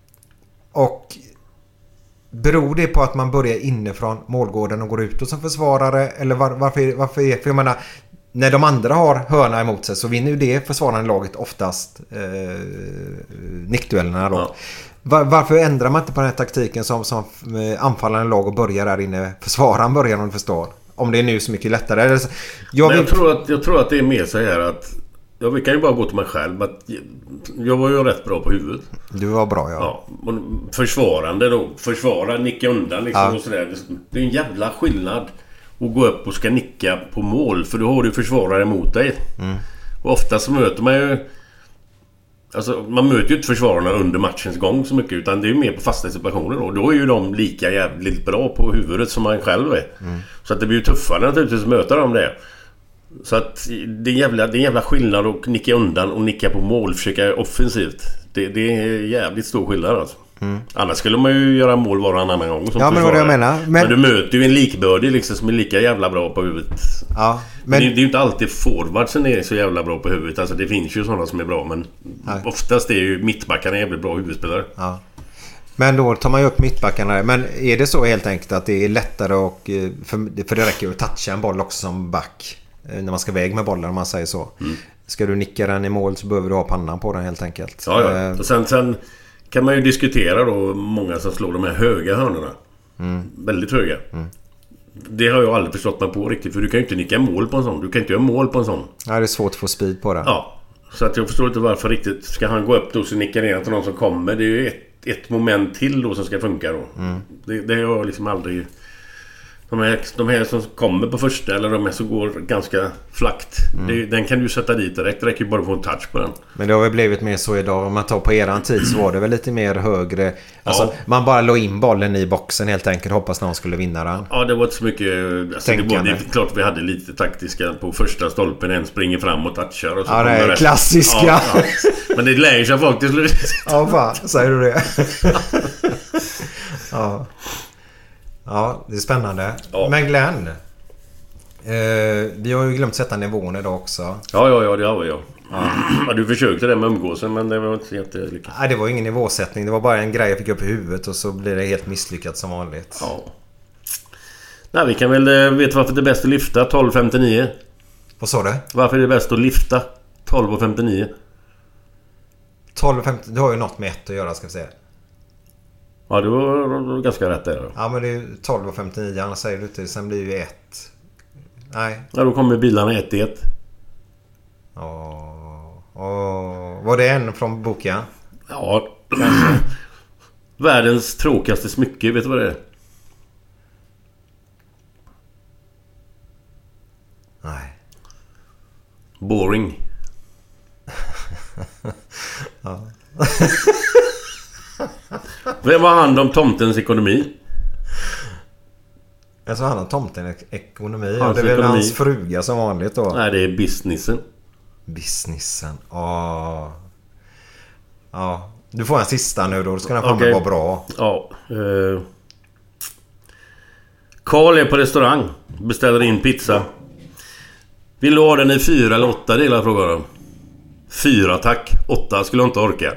och beror det på att man börjar inifrån målgården och går ut och som försvarare? Eller var, varför, varför är för jag menar, när de andra har hörna emot sig så vinner ju det försvarande laget oftast eh, nickduellerna då. Ja. Var, varför ändrar man inte på den här taktiken som, som anfallande lag och börjar där inne? Försvararen börjar man förstår. Om det är nu så mycket lättare. Jag, jag, vill... jag, tror att, jag tror att det är mer så här att jag kan ju bara gå till mig själv. Att jag var ju rätt bra på huvudet. Du var bra, ja. ja försvarande då. Försvara, nicka undan liksom ja. Och sådär. Det är en jävla skillnad att gå upp och ska nicka på mål. För då har du försvarare mot dig. Mm. Och ofta så möter man ju... Alltså, man möter ju inte försvararna under matchens gång så mycket. Utan det är ju mer på fasta situationer då. Då är ju de lika jävligt bra på huvudet som man själv är. Mm. Så att det blir ju tuffare naturligtvis att möta dem det. Så att det är en jävla, det är en jävla skillnad att nicka undan och nicka på mål. Försöka offensivt. Det, det är jävligt stor skillnad alltså. Mm. Annars skulle man ju göra mål varannan gång som ja, men vad jag menar. Men... men du möter ju en likbördig liksom, som är lika jävla bra på huvudet. Ja, men... men det, det är ju inte alltid forward som är så jävla bra på huvudet. Alltså det finns ju sådana som är bra. Men ja. Oftast är ju mittbackarna jävligt bra huvudspelare. Ja. Men då tar man ju upp mittbackarna. Men är det så helt enkelt att det är lättare och för, för det räcker ju att toucha en boll också som back när man ska väga med bollen om man säger så. Mm. Ska du nicka den i mål så behöver du ha pannan på den helt enkelt. Ja, ja. Och sen, sen kan man ju diskutera då många som slår de här höga hörnorna. Mm. Väldigt höga. Mm. Det har jag aldrig förstått mig på riktigt. För du kan ju inte nicka mål på en sån. Du kan inte göra mål på en sån. Ja, det är svårt att få speed på det. Ja, så att jag förstår inte varför riktigt. Ska han gå upp då så nicka ner till någon som kommer. Det är ju ett, ett moment till då som ska funka då. Mm. Det, det har jag liksom aldrig... De här, de här som kommer på första eller de här som går ganska flakt. Mm. Det, den kan du sätta dit direkt. Det räcker ju bara att få en touch på den. Men det har väl blivit mer så idag. Om man tar på eran tid så var det väl lite mer högre. Alltså ja. Man bara la in bollen i boxen helt enkelt. Hoppas någon skulle vinna den. Ja, det var inte så mycket. Alltså, det, var, det är klart vi hade lite taktiska på första stolpen. En springer fram och touchar. Och så ja, det är klassiska. Ja, ja. Men det lär sig folk till slut. Ja, fan. Säger du det? Ja. Ja, det är spännande. Ja. Men Glenn, eh, vi har ju glömt sätta nivån idag också. Ja, ja, ja, det har vi, ja. Ja. Du försökte det med umgåsen, men det var inte jättelyckat. Nej, det var ingen nivåsättning. Det var bara en grej jag fick upp i huvudet och så blir det helt misslyckat som vanligt. Ja. Nej, vi kan väl veta varför det är bäst att lyfta tolv femtionio. Vad sa du? Varför är det bäst att lyfta tolv femtionio? tolv femtionio, det har ju något med ett att göra, ska vi säga. Ja, du var ganska rätt där. Ja, men det är tolv femtionio, annars säger du inte. Sen blir det ju ett. Nej. Ja, då kommer bilarna ett i ett. Åh, åh. Var det en från boken? Ja, kanske. Världens tråkigaste smycke, vet du vad det är? Nej. Boring. Ja. Vem var hand om tomtens ekonomi? Jag sa han om tomtens ekonomi. Hans ja, det är väl ekonomi. hans fruga som vanligt då. Nej, det är businessen. Businessen. Åh. Ja. Du får en sista nu då. Då ska den fan okay. vara bra. Ja. Uh... Karl är på restaurang. Beställer in pizza. Vill du ha den i fyra eller åtta delar, frågar de. Fyra tack. Åtta skulle jag inte orka.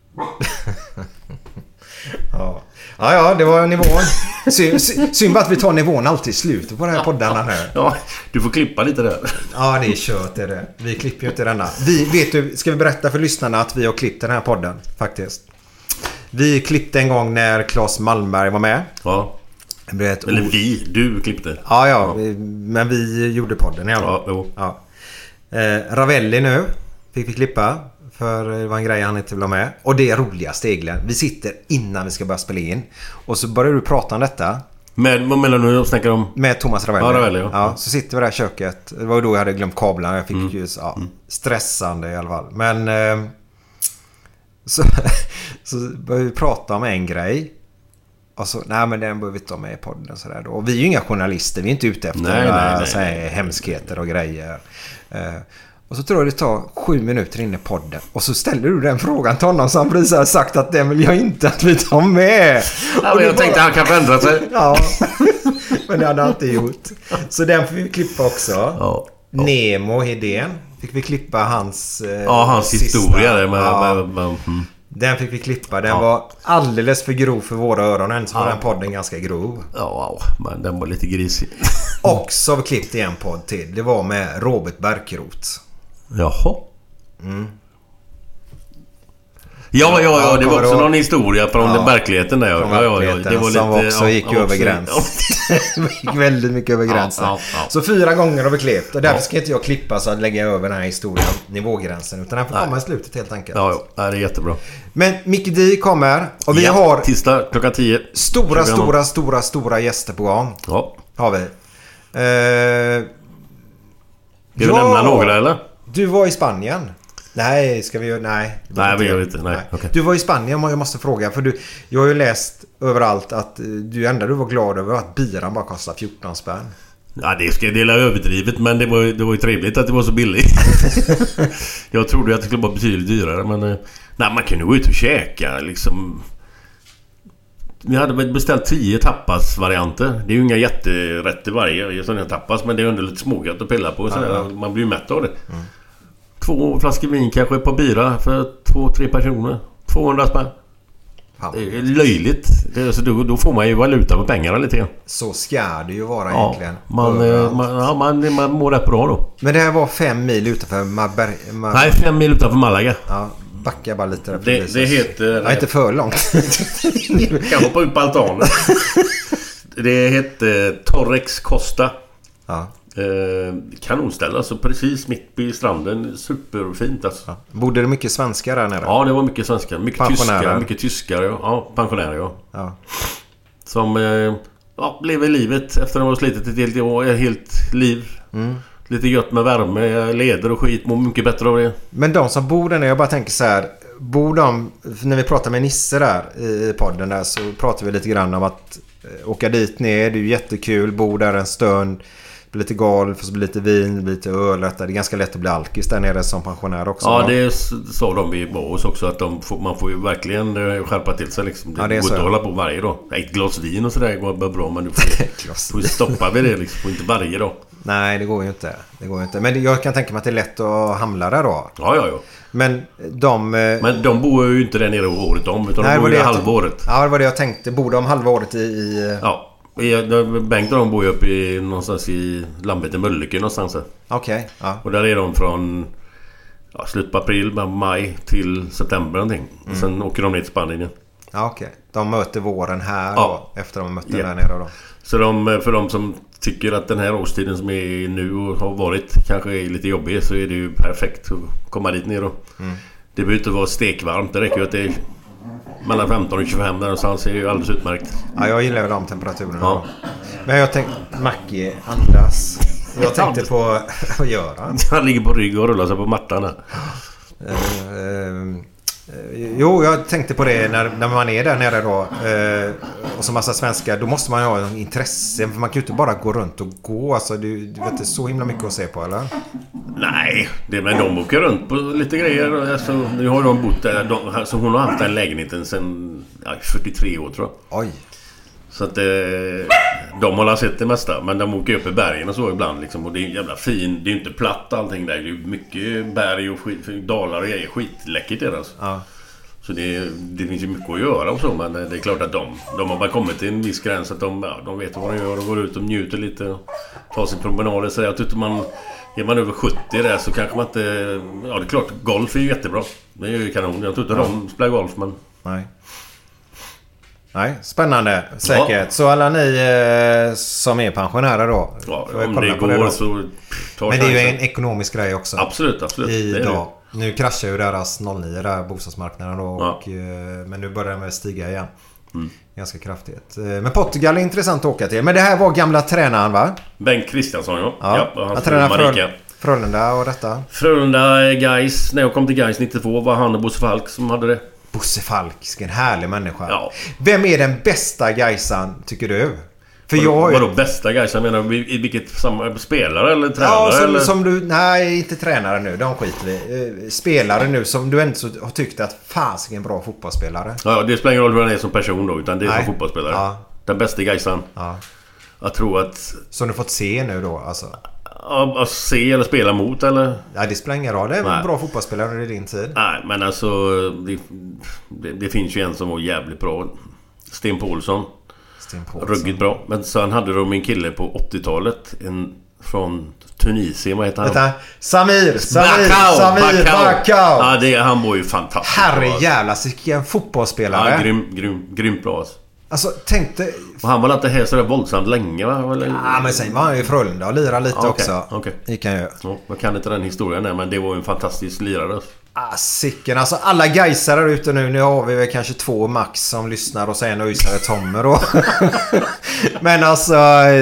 Ja. Ja, ja, det var nivån. Synd, synd bara att vi tar nivån alltid i slutet på den här poddarna här. Ja, du får klippa lite där. Ja, det är kört, det är det. Vi klipper ju inte denna. Vi, vet du, ska vi berätta för lyssnarna att vi har klippt den här podden, faktiskt. Vi klippte en gång när Claes Malmberg var med. Ja. Eller vi, du klippte. Ja, ja, vi, men vi gjorde podden i alla fall. Ja, jo. Ja. Eh, Ravelli nu fick vi klippa. För det var en grej han inte ville ha med. Och det är roliga steglen. Vi sitter innan vi ska börja spela in. Och så börjar du prata om detta. Med, vad menar du? Snackar om? Med Thomas Ravelli. Ja, Ravelli, ja. Ja, så sitter vi där i köket. Det var då jag hade glömt kablarna. Jag fick mm. ju ja, stressande i alla fall. Men eh, så, så började vi prata om en grej. Och så, nej men den behöver vi inte ha med i podden. Så där då. Och vi är ju inga journalister. Vi är inte ute efter nej, några, nej, så här, hemskheter och grejer. Eh, Och så tror jag det tar sju minuter in i podden. Och så ställer du den frågan till honom. Så han precis har sagt att den vill jag inte att vi tar med. Ja, och jag tänkte bara... han kan förändra sig. Ja, men det hade han inte gjort. Så den får vi klippa också. Ja, ja. Nemo Hedén fick vi klippa hans eh, ja, hans sista. Historia. Där med, ja. med, med, mm. Den fick vi klippa. Den ja. var alldeles för grov för våra öron. Än så var ja. den podden ganska grov. Ja, men den var lite grisig. Och så har vi klippt en podd till. Det var med Robert Berkeroth. Jaha. Mm. Ja, ja, ja, det var också någon historia från ja, verkligheten där. Från ja, ja, ja, det var som lite, också ja, gick ja, över gränsen. gick väldigt mycket över gränsen. Ja, ja, ja. Så fyra gånger har vi klippt. Och därför ska inte jag klippa så att lägga över den här historien, nivågränsen. Utan den får komma i slutet helt enkelt. Ja, ja, det är jättebra. Men Micke D kommer. Och vi ja, har tisdag klockan tio. Stora, stora, stora, stora gäster på gång. Ja. Har vi. Eh, Ska vi nämna några eller? Du var i Spanien. Nej, ska vi göra... Nej, nej vi gör inte. Nej. Nej. Okay. Du var i Spanien och jag måste fråga. För du, jag har ju läst överallt att du enda du var glad över att biran bara kostar fjorton spänn. Ja, det ska jag dela överdrivet. Men det var, det var ju trevligt att det var så billigt. Jag trodde ju att det skulle vara betydligt dyrare. Men nej, man kunde gå ut och käka liksom... Vi hade beställt tio tapas-varianter. Det är ju inga jätterätter varje sån här tapas, men det är ändå lite smågött att pilla på. Så ja, ja. Man blir ju mätt av det. Mm. Två flaskor vin kanske på bira för två, tre personer. tvåhundra spänn. Fan. Det är löjligt. Det är, så då, då får man ju valuta på pengarna lite grann. Så ska det ju vara ja, egentligen. Man, man, ja, man, man mår rätt bra då. Men det här var fem mil utanför Marber... Mar- Nej, fem mil utanför Malaga. Ja. Backa bara lite där. Det, det heter... Nej, inte för långt. kan hoppa ut på altanen. Det heter Torrex Costa. Ja. Eh, kanonställe, alltså precis mitt vid stranden. Superfint alltså. Ja. Bodde det mycket svenskar där nere? Ja, det var mycket svenskar. Mycket tyskar. Mycket tyskare, ja. Pensionärer, ja. Ja. Som... Eh, ja, lever livet efter att ha slitit ett helt, år, ett helt liv. Mm. Lite gött med värme, leder och skit, mår mycket bättre av det. Men de som bor där nu, jag bara tänker så här, bor de, när vi pratar med Nisse där i podden där, så pratar vi lite grann om att åka dit ner, det är ju jättekul, bo där en stund, bli lite golf och så bli lite vin, bli lite öl. Det är ganska lätt att bli alkis där nere som pensionär också. Ja, det sa de i Borås också, att de får, man får ju verkligen skärpa till sig liksom. Det, ja, det går inte att hålla på varje dag. Ett glas vin och sådär går bra, men du får, får stoppa vid det liksom, inte varje dag. Nej, det går ju inte. Det går ju inte. Men jag kan tänka mig att det är lätt att hamla där då. Ja, ja, ja. Men de... Men de bor ju inte där nere året om, utan nej, de bor ju halvåret. Ja, det var det jag tänkte. Bor de halvåret i... i... Ja. Bengt och de bor ju uppe i någonstans i Landvetter Mölnlycke någonstans. Okej, okay, ja. Och där är de från ja, slut på april, maj till september någonting. Mm. Sen åker de ner till Spanien. Ja, okej. Okay. De möter våren här ja. Då, efter de mötte yeah. där nere då. Så de, för de som tycker att den här årstiden som är nu och har varit kanske är lite jobbig, så är det ju perfekt att komma dit ner då. Mm. Det behöver inte vara stekvarmt, det räcker ju att det är mellan femton och tjugofem där någonstans, är ju alldeles utmärkt. Ja, jag gillar ju de temperaturerna. Ja. Men jag tänkte, Mackie, andas. Jag tänkte på, vad gör han? Han ligger på rygg och rullar sig på mattan här. Uh, uh, jo, jag tänkte på det när, när man är där nere då. Uh, och som massa svenskar, då måste man ju ha en intresse. För man kan ju inte bara gå runt och gå. Alltså, du, du vet inte så himla mycket att se på, eller? Nej, det, men de åker runt på lite grejer. Alltså, nu har de bott där. De, alltså, hon har haft den lägenheten sedan ja, fyrtiotre år tror jag. Oj. Så att eh, de har sett det mesta. Men de åker upp i bergen och så ibland liksom, och det är jävla fin. Det är inte platt allting där. Det är mycket berg och skit, dalar och grejer. Skitläckert är det alltså. Ja. Så det, det finns ju mycket att göra och så. Men det är klart att de, de har bara kommit till en viss gräns. Att de, ja, de vet vad de gör och går ut och njuter lite och tar sin promenader. Så jag tycker man... Är man över sjuttio där så kanske man inte... Ja, det är klart, golf är ju jättebra. Det är ju kanon. Jag tror inte ja. de spelar golf, men... Nej. Nej, spännande. Säkert. Ja. Så alla ni eh, som är pensionärer då... Ja, om det går det så... Men det är ju en ekonomisk grej också. Absolut, absolut. I det är dag. Det. Nu kraschar ju deras noll nio där, bostadsmarknaden då. Ja. Och, eh, men nu börjar den stiga igen. Mm. Ganska kraftigt. Men Portugal är intressant att åka till. Men det här var gamla tränaren, va? Bengt Kristiansson, ja. Ja, ja han tränar Marika. Frölunda och detta. Frölunda, Gais. När jag kom till Gais nittiotvå var han och Bosse Falk som hade det. Bosse Falk, en härlig människa. Ja. Vem är den bästa Gaisan, tycker du? För vadå, jag... vadå bästa Gaisan? Menar du i vilket samma, spelare eller tränare? Ja, som, eller? som du... Nej, inte tränare nu. De skiter vi. Spelare nu som du ändå har tyckt att fasiken är en bra fotbollsspelare. Ja, det spelar ingen roll hur han är som person då, utan det är nej. Som fotbollsspelare. Ja. Den bästa Gaisan. Ja. Jag tror att... Som du fått se nu då, alltså... Att se eller spela mot, eller? Ja, det spelar ingen roll. Det är en bra fotbollsspelare under din tid. Nej, men alltså... Det, det, det finns ju en som var jävligt bra. Sten Paulsson. Ruggigt bra. Men sen hade de en kille på åttiotalet, en från Tunisien, vad heter han? Vänta, Samir, Samir, Bakao, Samir, Bakao. Bakao. Ja, det, han var ju fantastisk. Herre jävla, vilken fotbollsspelare. Ja, grym, grym, grymt bra. Alltså, tänkte... Och han var inte här så där våldsamt länge, va? Eller... Ja, men sen var han ju Frölunda och lirade lite ja, okay, också. Okay. Gick han ju. Ja, man kan inte den historien där, men det var ju en fantastisk lirare. Ah, sicken. Alltså alla gaisare ute nu. Nu har vi väl kanske två max som lyssnar och sen öjsare Tommer då. Men alltså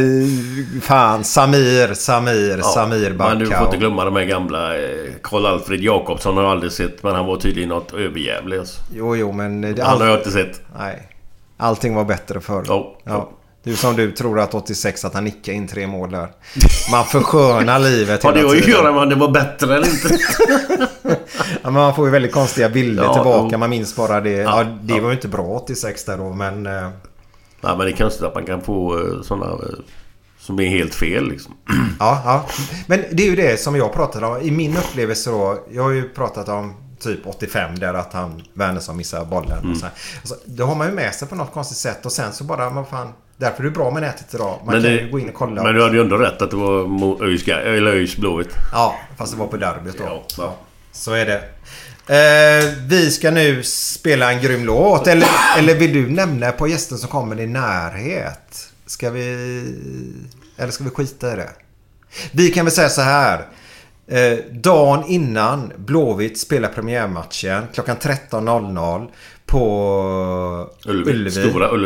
fan, Samir, Samir, ja, Samir Bakao. Men du får inte glömma de här gamla Karl Alfred Jakobsson har jag aldrig sett, men han var tydligen något överjävlig alltså. Jo, jo, men det, han all... har jag inte sett. Nej. Allting var bättre förr. Ja. Ja. Du som du tror att åttiosex att han nickade in tre mål där. Man förskönar livet hela tiden. Ja, det var ju göra man det var bättre eller inte. Ja, men man får ju väldigt konstiga bilder ja, tillbaka. Jo. Man minns bara det. Ja, ja det ja. Var ju inte bra åttiosex där då, men... Ja, men det är konstigt att man kan få sådana som är helt fel liksom. Ja, ja. Men det är ju det som jag pratade om. I min upplevelse då, jag har ju pratat om typ åttiofem där att han Werner som missar bollen. Mm. Och så här. Alltså, det har man ju med sig på något konstigt sätt och sen så bara, man fan... Därför är det bra med nätet idag. Man men kan det, ju gå in och kolla. Men du hade ju ändå rätt att det var Öjs Blåvitt. Ja, fast det var på derbyt då. Ja, så. Så är det. Eh, vi ska nu spela en grym låt. Eller, eller vill du nämna på gästen som kommer i närhet? Ska vi... Eller ska vi skita i det? Vi kan väl säga så här. Eh, dagen innan Blåvitt spelar premiärmatchen klockan tretton noll noll på Ullevi. Ullevi. Stora Ullevi.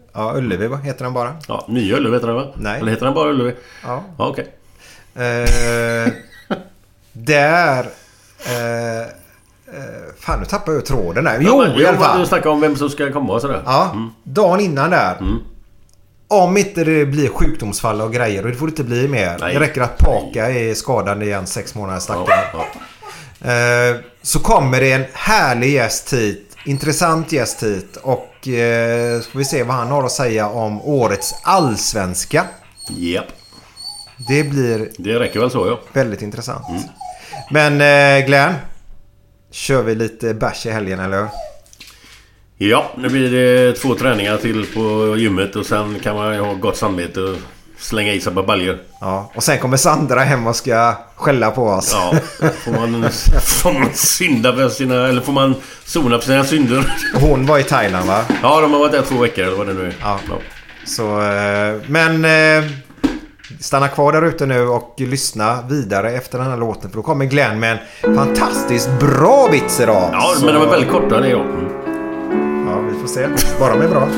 Ja, Ullevi, vad heter den bara? Ja, Nya Ullevi heter den, va? Nej. Eller heter den bara Ullevi? Ja. Ja, okej. Eh, där... Eh, eh, fan, nu tappar jag tråden där. Jo, ja, men, i alla fall. Du snackar om vem som ska komma och sådär. Ja, mm. dagen innan där. Mm. Om inte det blir sjukdomsfall och grejer, och det får det inte bli mer. Nej. Det räcker att Paka är skadad igen sex månader stackare. Ja, ja. Eh, så kommer det en härlig gäst hit. Intressant gäst hit. Och eh, ska vi se vad han har att säga om årets allsvenska. Japp. Det blir Det räcker väl så, ja. väldigt intressant. Mm. Men eh, Glenn, kör vi lite bärs i helgen, eller? Ja, nu blir det två träningar till på gymmet och sen kan man ha gott samvete och slänga i sig på baljor. Ja, och sen kommer Sandra hem och ska skälla på oss. Ja, får man, får man synda för sina, eller får man sona för sina synder. Hon var i Thailand, va? Ja, de har varit där två veckor eller vad det nu är. Ja. Ja. Så, eh, men eh, stanna kvar där ute nu och lyssna vidare efter den här låten. För då kommer Glenn med en fantastiskt bra vits idag. Ja, Så, men de är väldigt korta idag. ja, vi får se. Bara de är bra.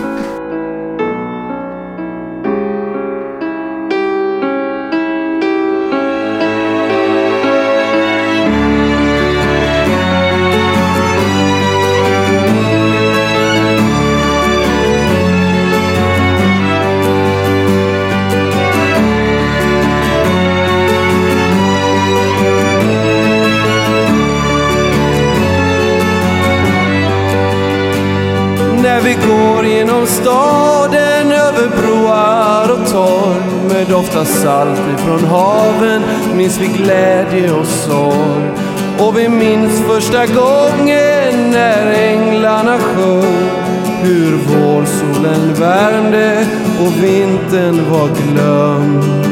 Staden över broar och torg med doftar salt ifrån haven minns vi glädje och sorg. Och vi minns första gången när änglarna sjöng, hur vårsolen värmde och vintern var glömd.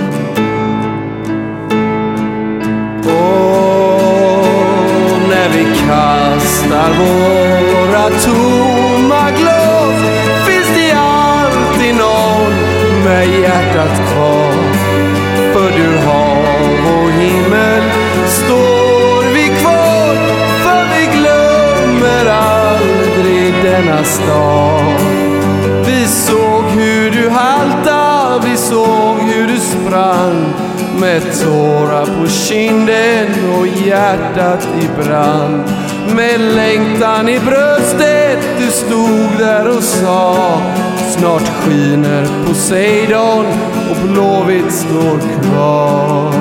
Och när vi kastar våra tomma glas finns det alltid någon med hjärtat kvar. För du hav och himmel står vi kvar, för vi glömmer aldrig denna stad. Vi såg hur du haltade, vi såg hur du sprang med tårar på kinden och hjärtat i brand. Med längtan i bröstet du stod där och sa, snart skiner Poseidon och Blåvitt står kvar.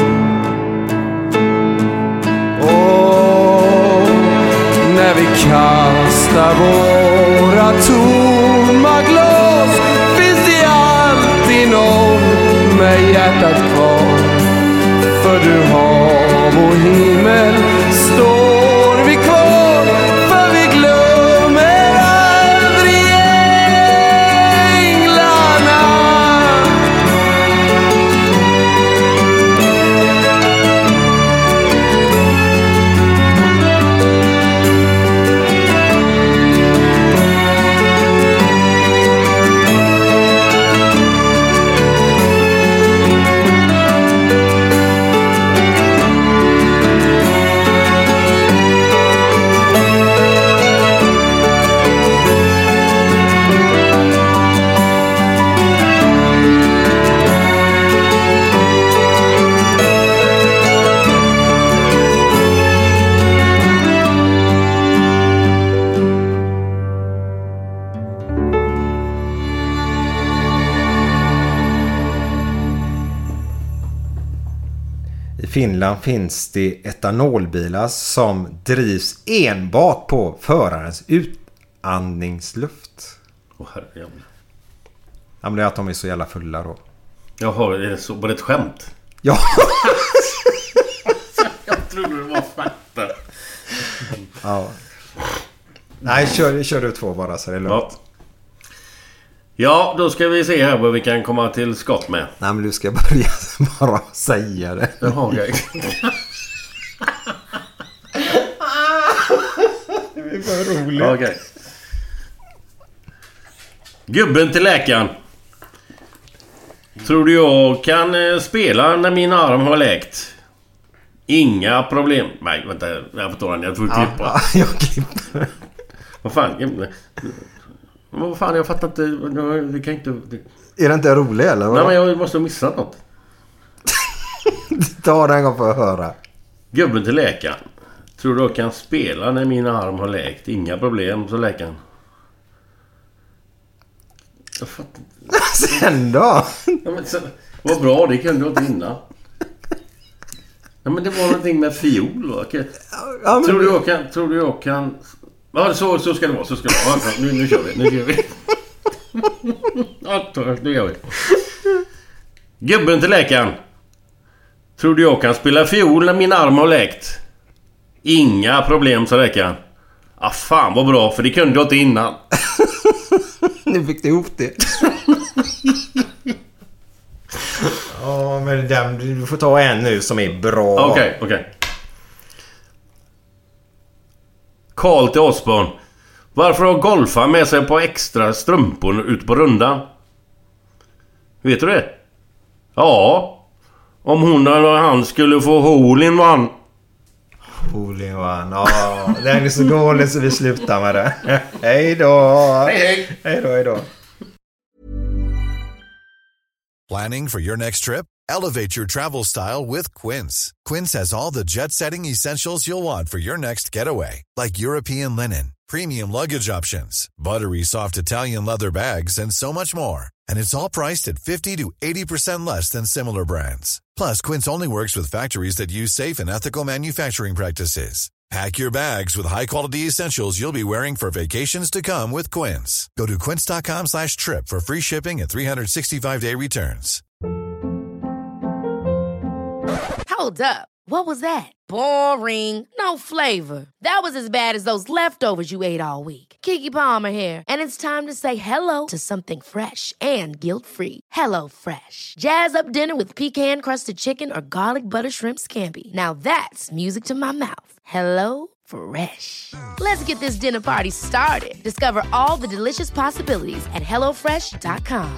Och när vi kastar våra tomma glas finns det alltid någon med hjärtat kvar. För du hav och himmel står vi kvar, för vi glömmer aldrig änglarna. I Finland finns det etanolbilar som drivs enbart på förarens utandningsluft. Åh, herregud. Ja, men det är att de är så jävla fulla då. Jaha, är det så, var det ett skämt? Ja. Jag trodde det var fakta. Ja. Nej, kör, kör du två bara så är det lugnt. Ja. Ja, då ska vi se här vad vi kan komma till skott med. Nej, men du ska börja bara säga det. Jaha, okej. Det är för roligt. Okej. Gubben till läkaren. Tror du jag kan eh, spela när min arm har läkt? Inga problem. Nej, vänta. Jag får ta den. Jag får klippa. Ja, jag klipper. Vad fan? Men vad fan, jag fattar inte. Det kan inte... Det... Är det inte roligt eller? Nej, men jag måste ha missat något. Ta den en gång för att höra. Gubben till läkaren. Tror du jag kan spela när min arm har läkt? Inga problem, så läkaren. Jag fattar inte. Sen då? Ja, men sen, vad bra, det kunde jag inte innan. Ja, men det var någonting med fiol. Okay. Ja, men... Tror du jag kan... Tror du jag kan... Ja, så, så ska det vara, så ska det vara. Ja, nu, nu kör vi, nu kör vi. Ja, nu gör vi. Gubben till läkaren. Tror du jag kan spela fiol när min arm har läkt? Inga problem, så läkaren. Ah, fan vad bra, för det kunde jag inte innan. Nu fick du ihop det. Ja, oh, men den, du får ta en nu som är bra. Okej, okay, okej. Okay. Karl till Osborn. Varför har golfar med sig på extra strumpor ut på rundan? Vet du det? Ja. Om hon eller han skulle få hole in one. Hole in one. Ja, det är så dåligt så vi slutar med det. Hej då. Hej hej. Hej då, hej då. Planning for your next trip? Elevate your travel style with Quince. Quince has all the jet-setting essentials you'll want for your next getaway, like European linen, premium luggage options, buttery soft Italian leather bags, and so much more. And it's all priced at fifty to eighty percent less than similar brands. Plus, Quince only works with factories that use safe and ethical manufacturing practices. Pack your bags with high-quality essentials you'll be wearing for vacations to come with Quince. Go to quince.com slash trip for free shipping and three sixty-five day returns. Hold up. What was that? Boring. No flavor. That was as bad as those leftovers you ate all week. Keke Palmer here, and it's time to say hello to something fresh and guilt-free. Hello Fresh. Jazz up dinner with pecan-crusted chicken or garlic butter shrimp scampi. Now that's music to my mouth. Hello Fresh. Let's get this dinner party started. Discover all the delicious possibilities at hello fresh dot com.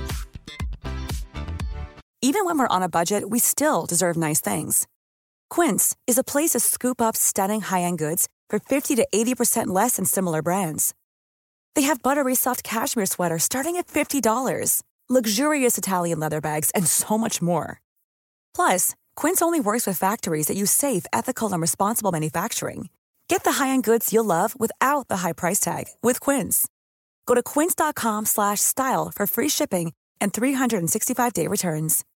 Even when we're on a budget, we still deserve nice things. Quince is a place to scoop up stunning high-end goods for fifty to eighty percent less than similar brands. They have buttery soft cashmere sweaters starting at fifty dollars, luxurious Italian leather bags, and so much more. Plus, Quince only works with factories that use safe, ethical, and responsible manufacturing. Get the high-end goods you'll love without the high price tag with Quince. Go to quince.com slash style for free shipping and three sixty-five day returns.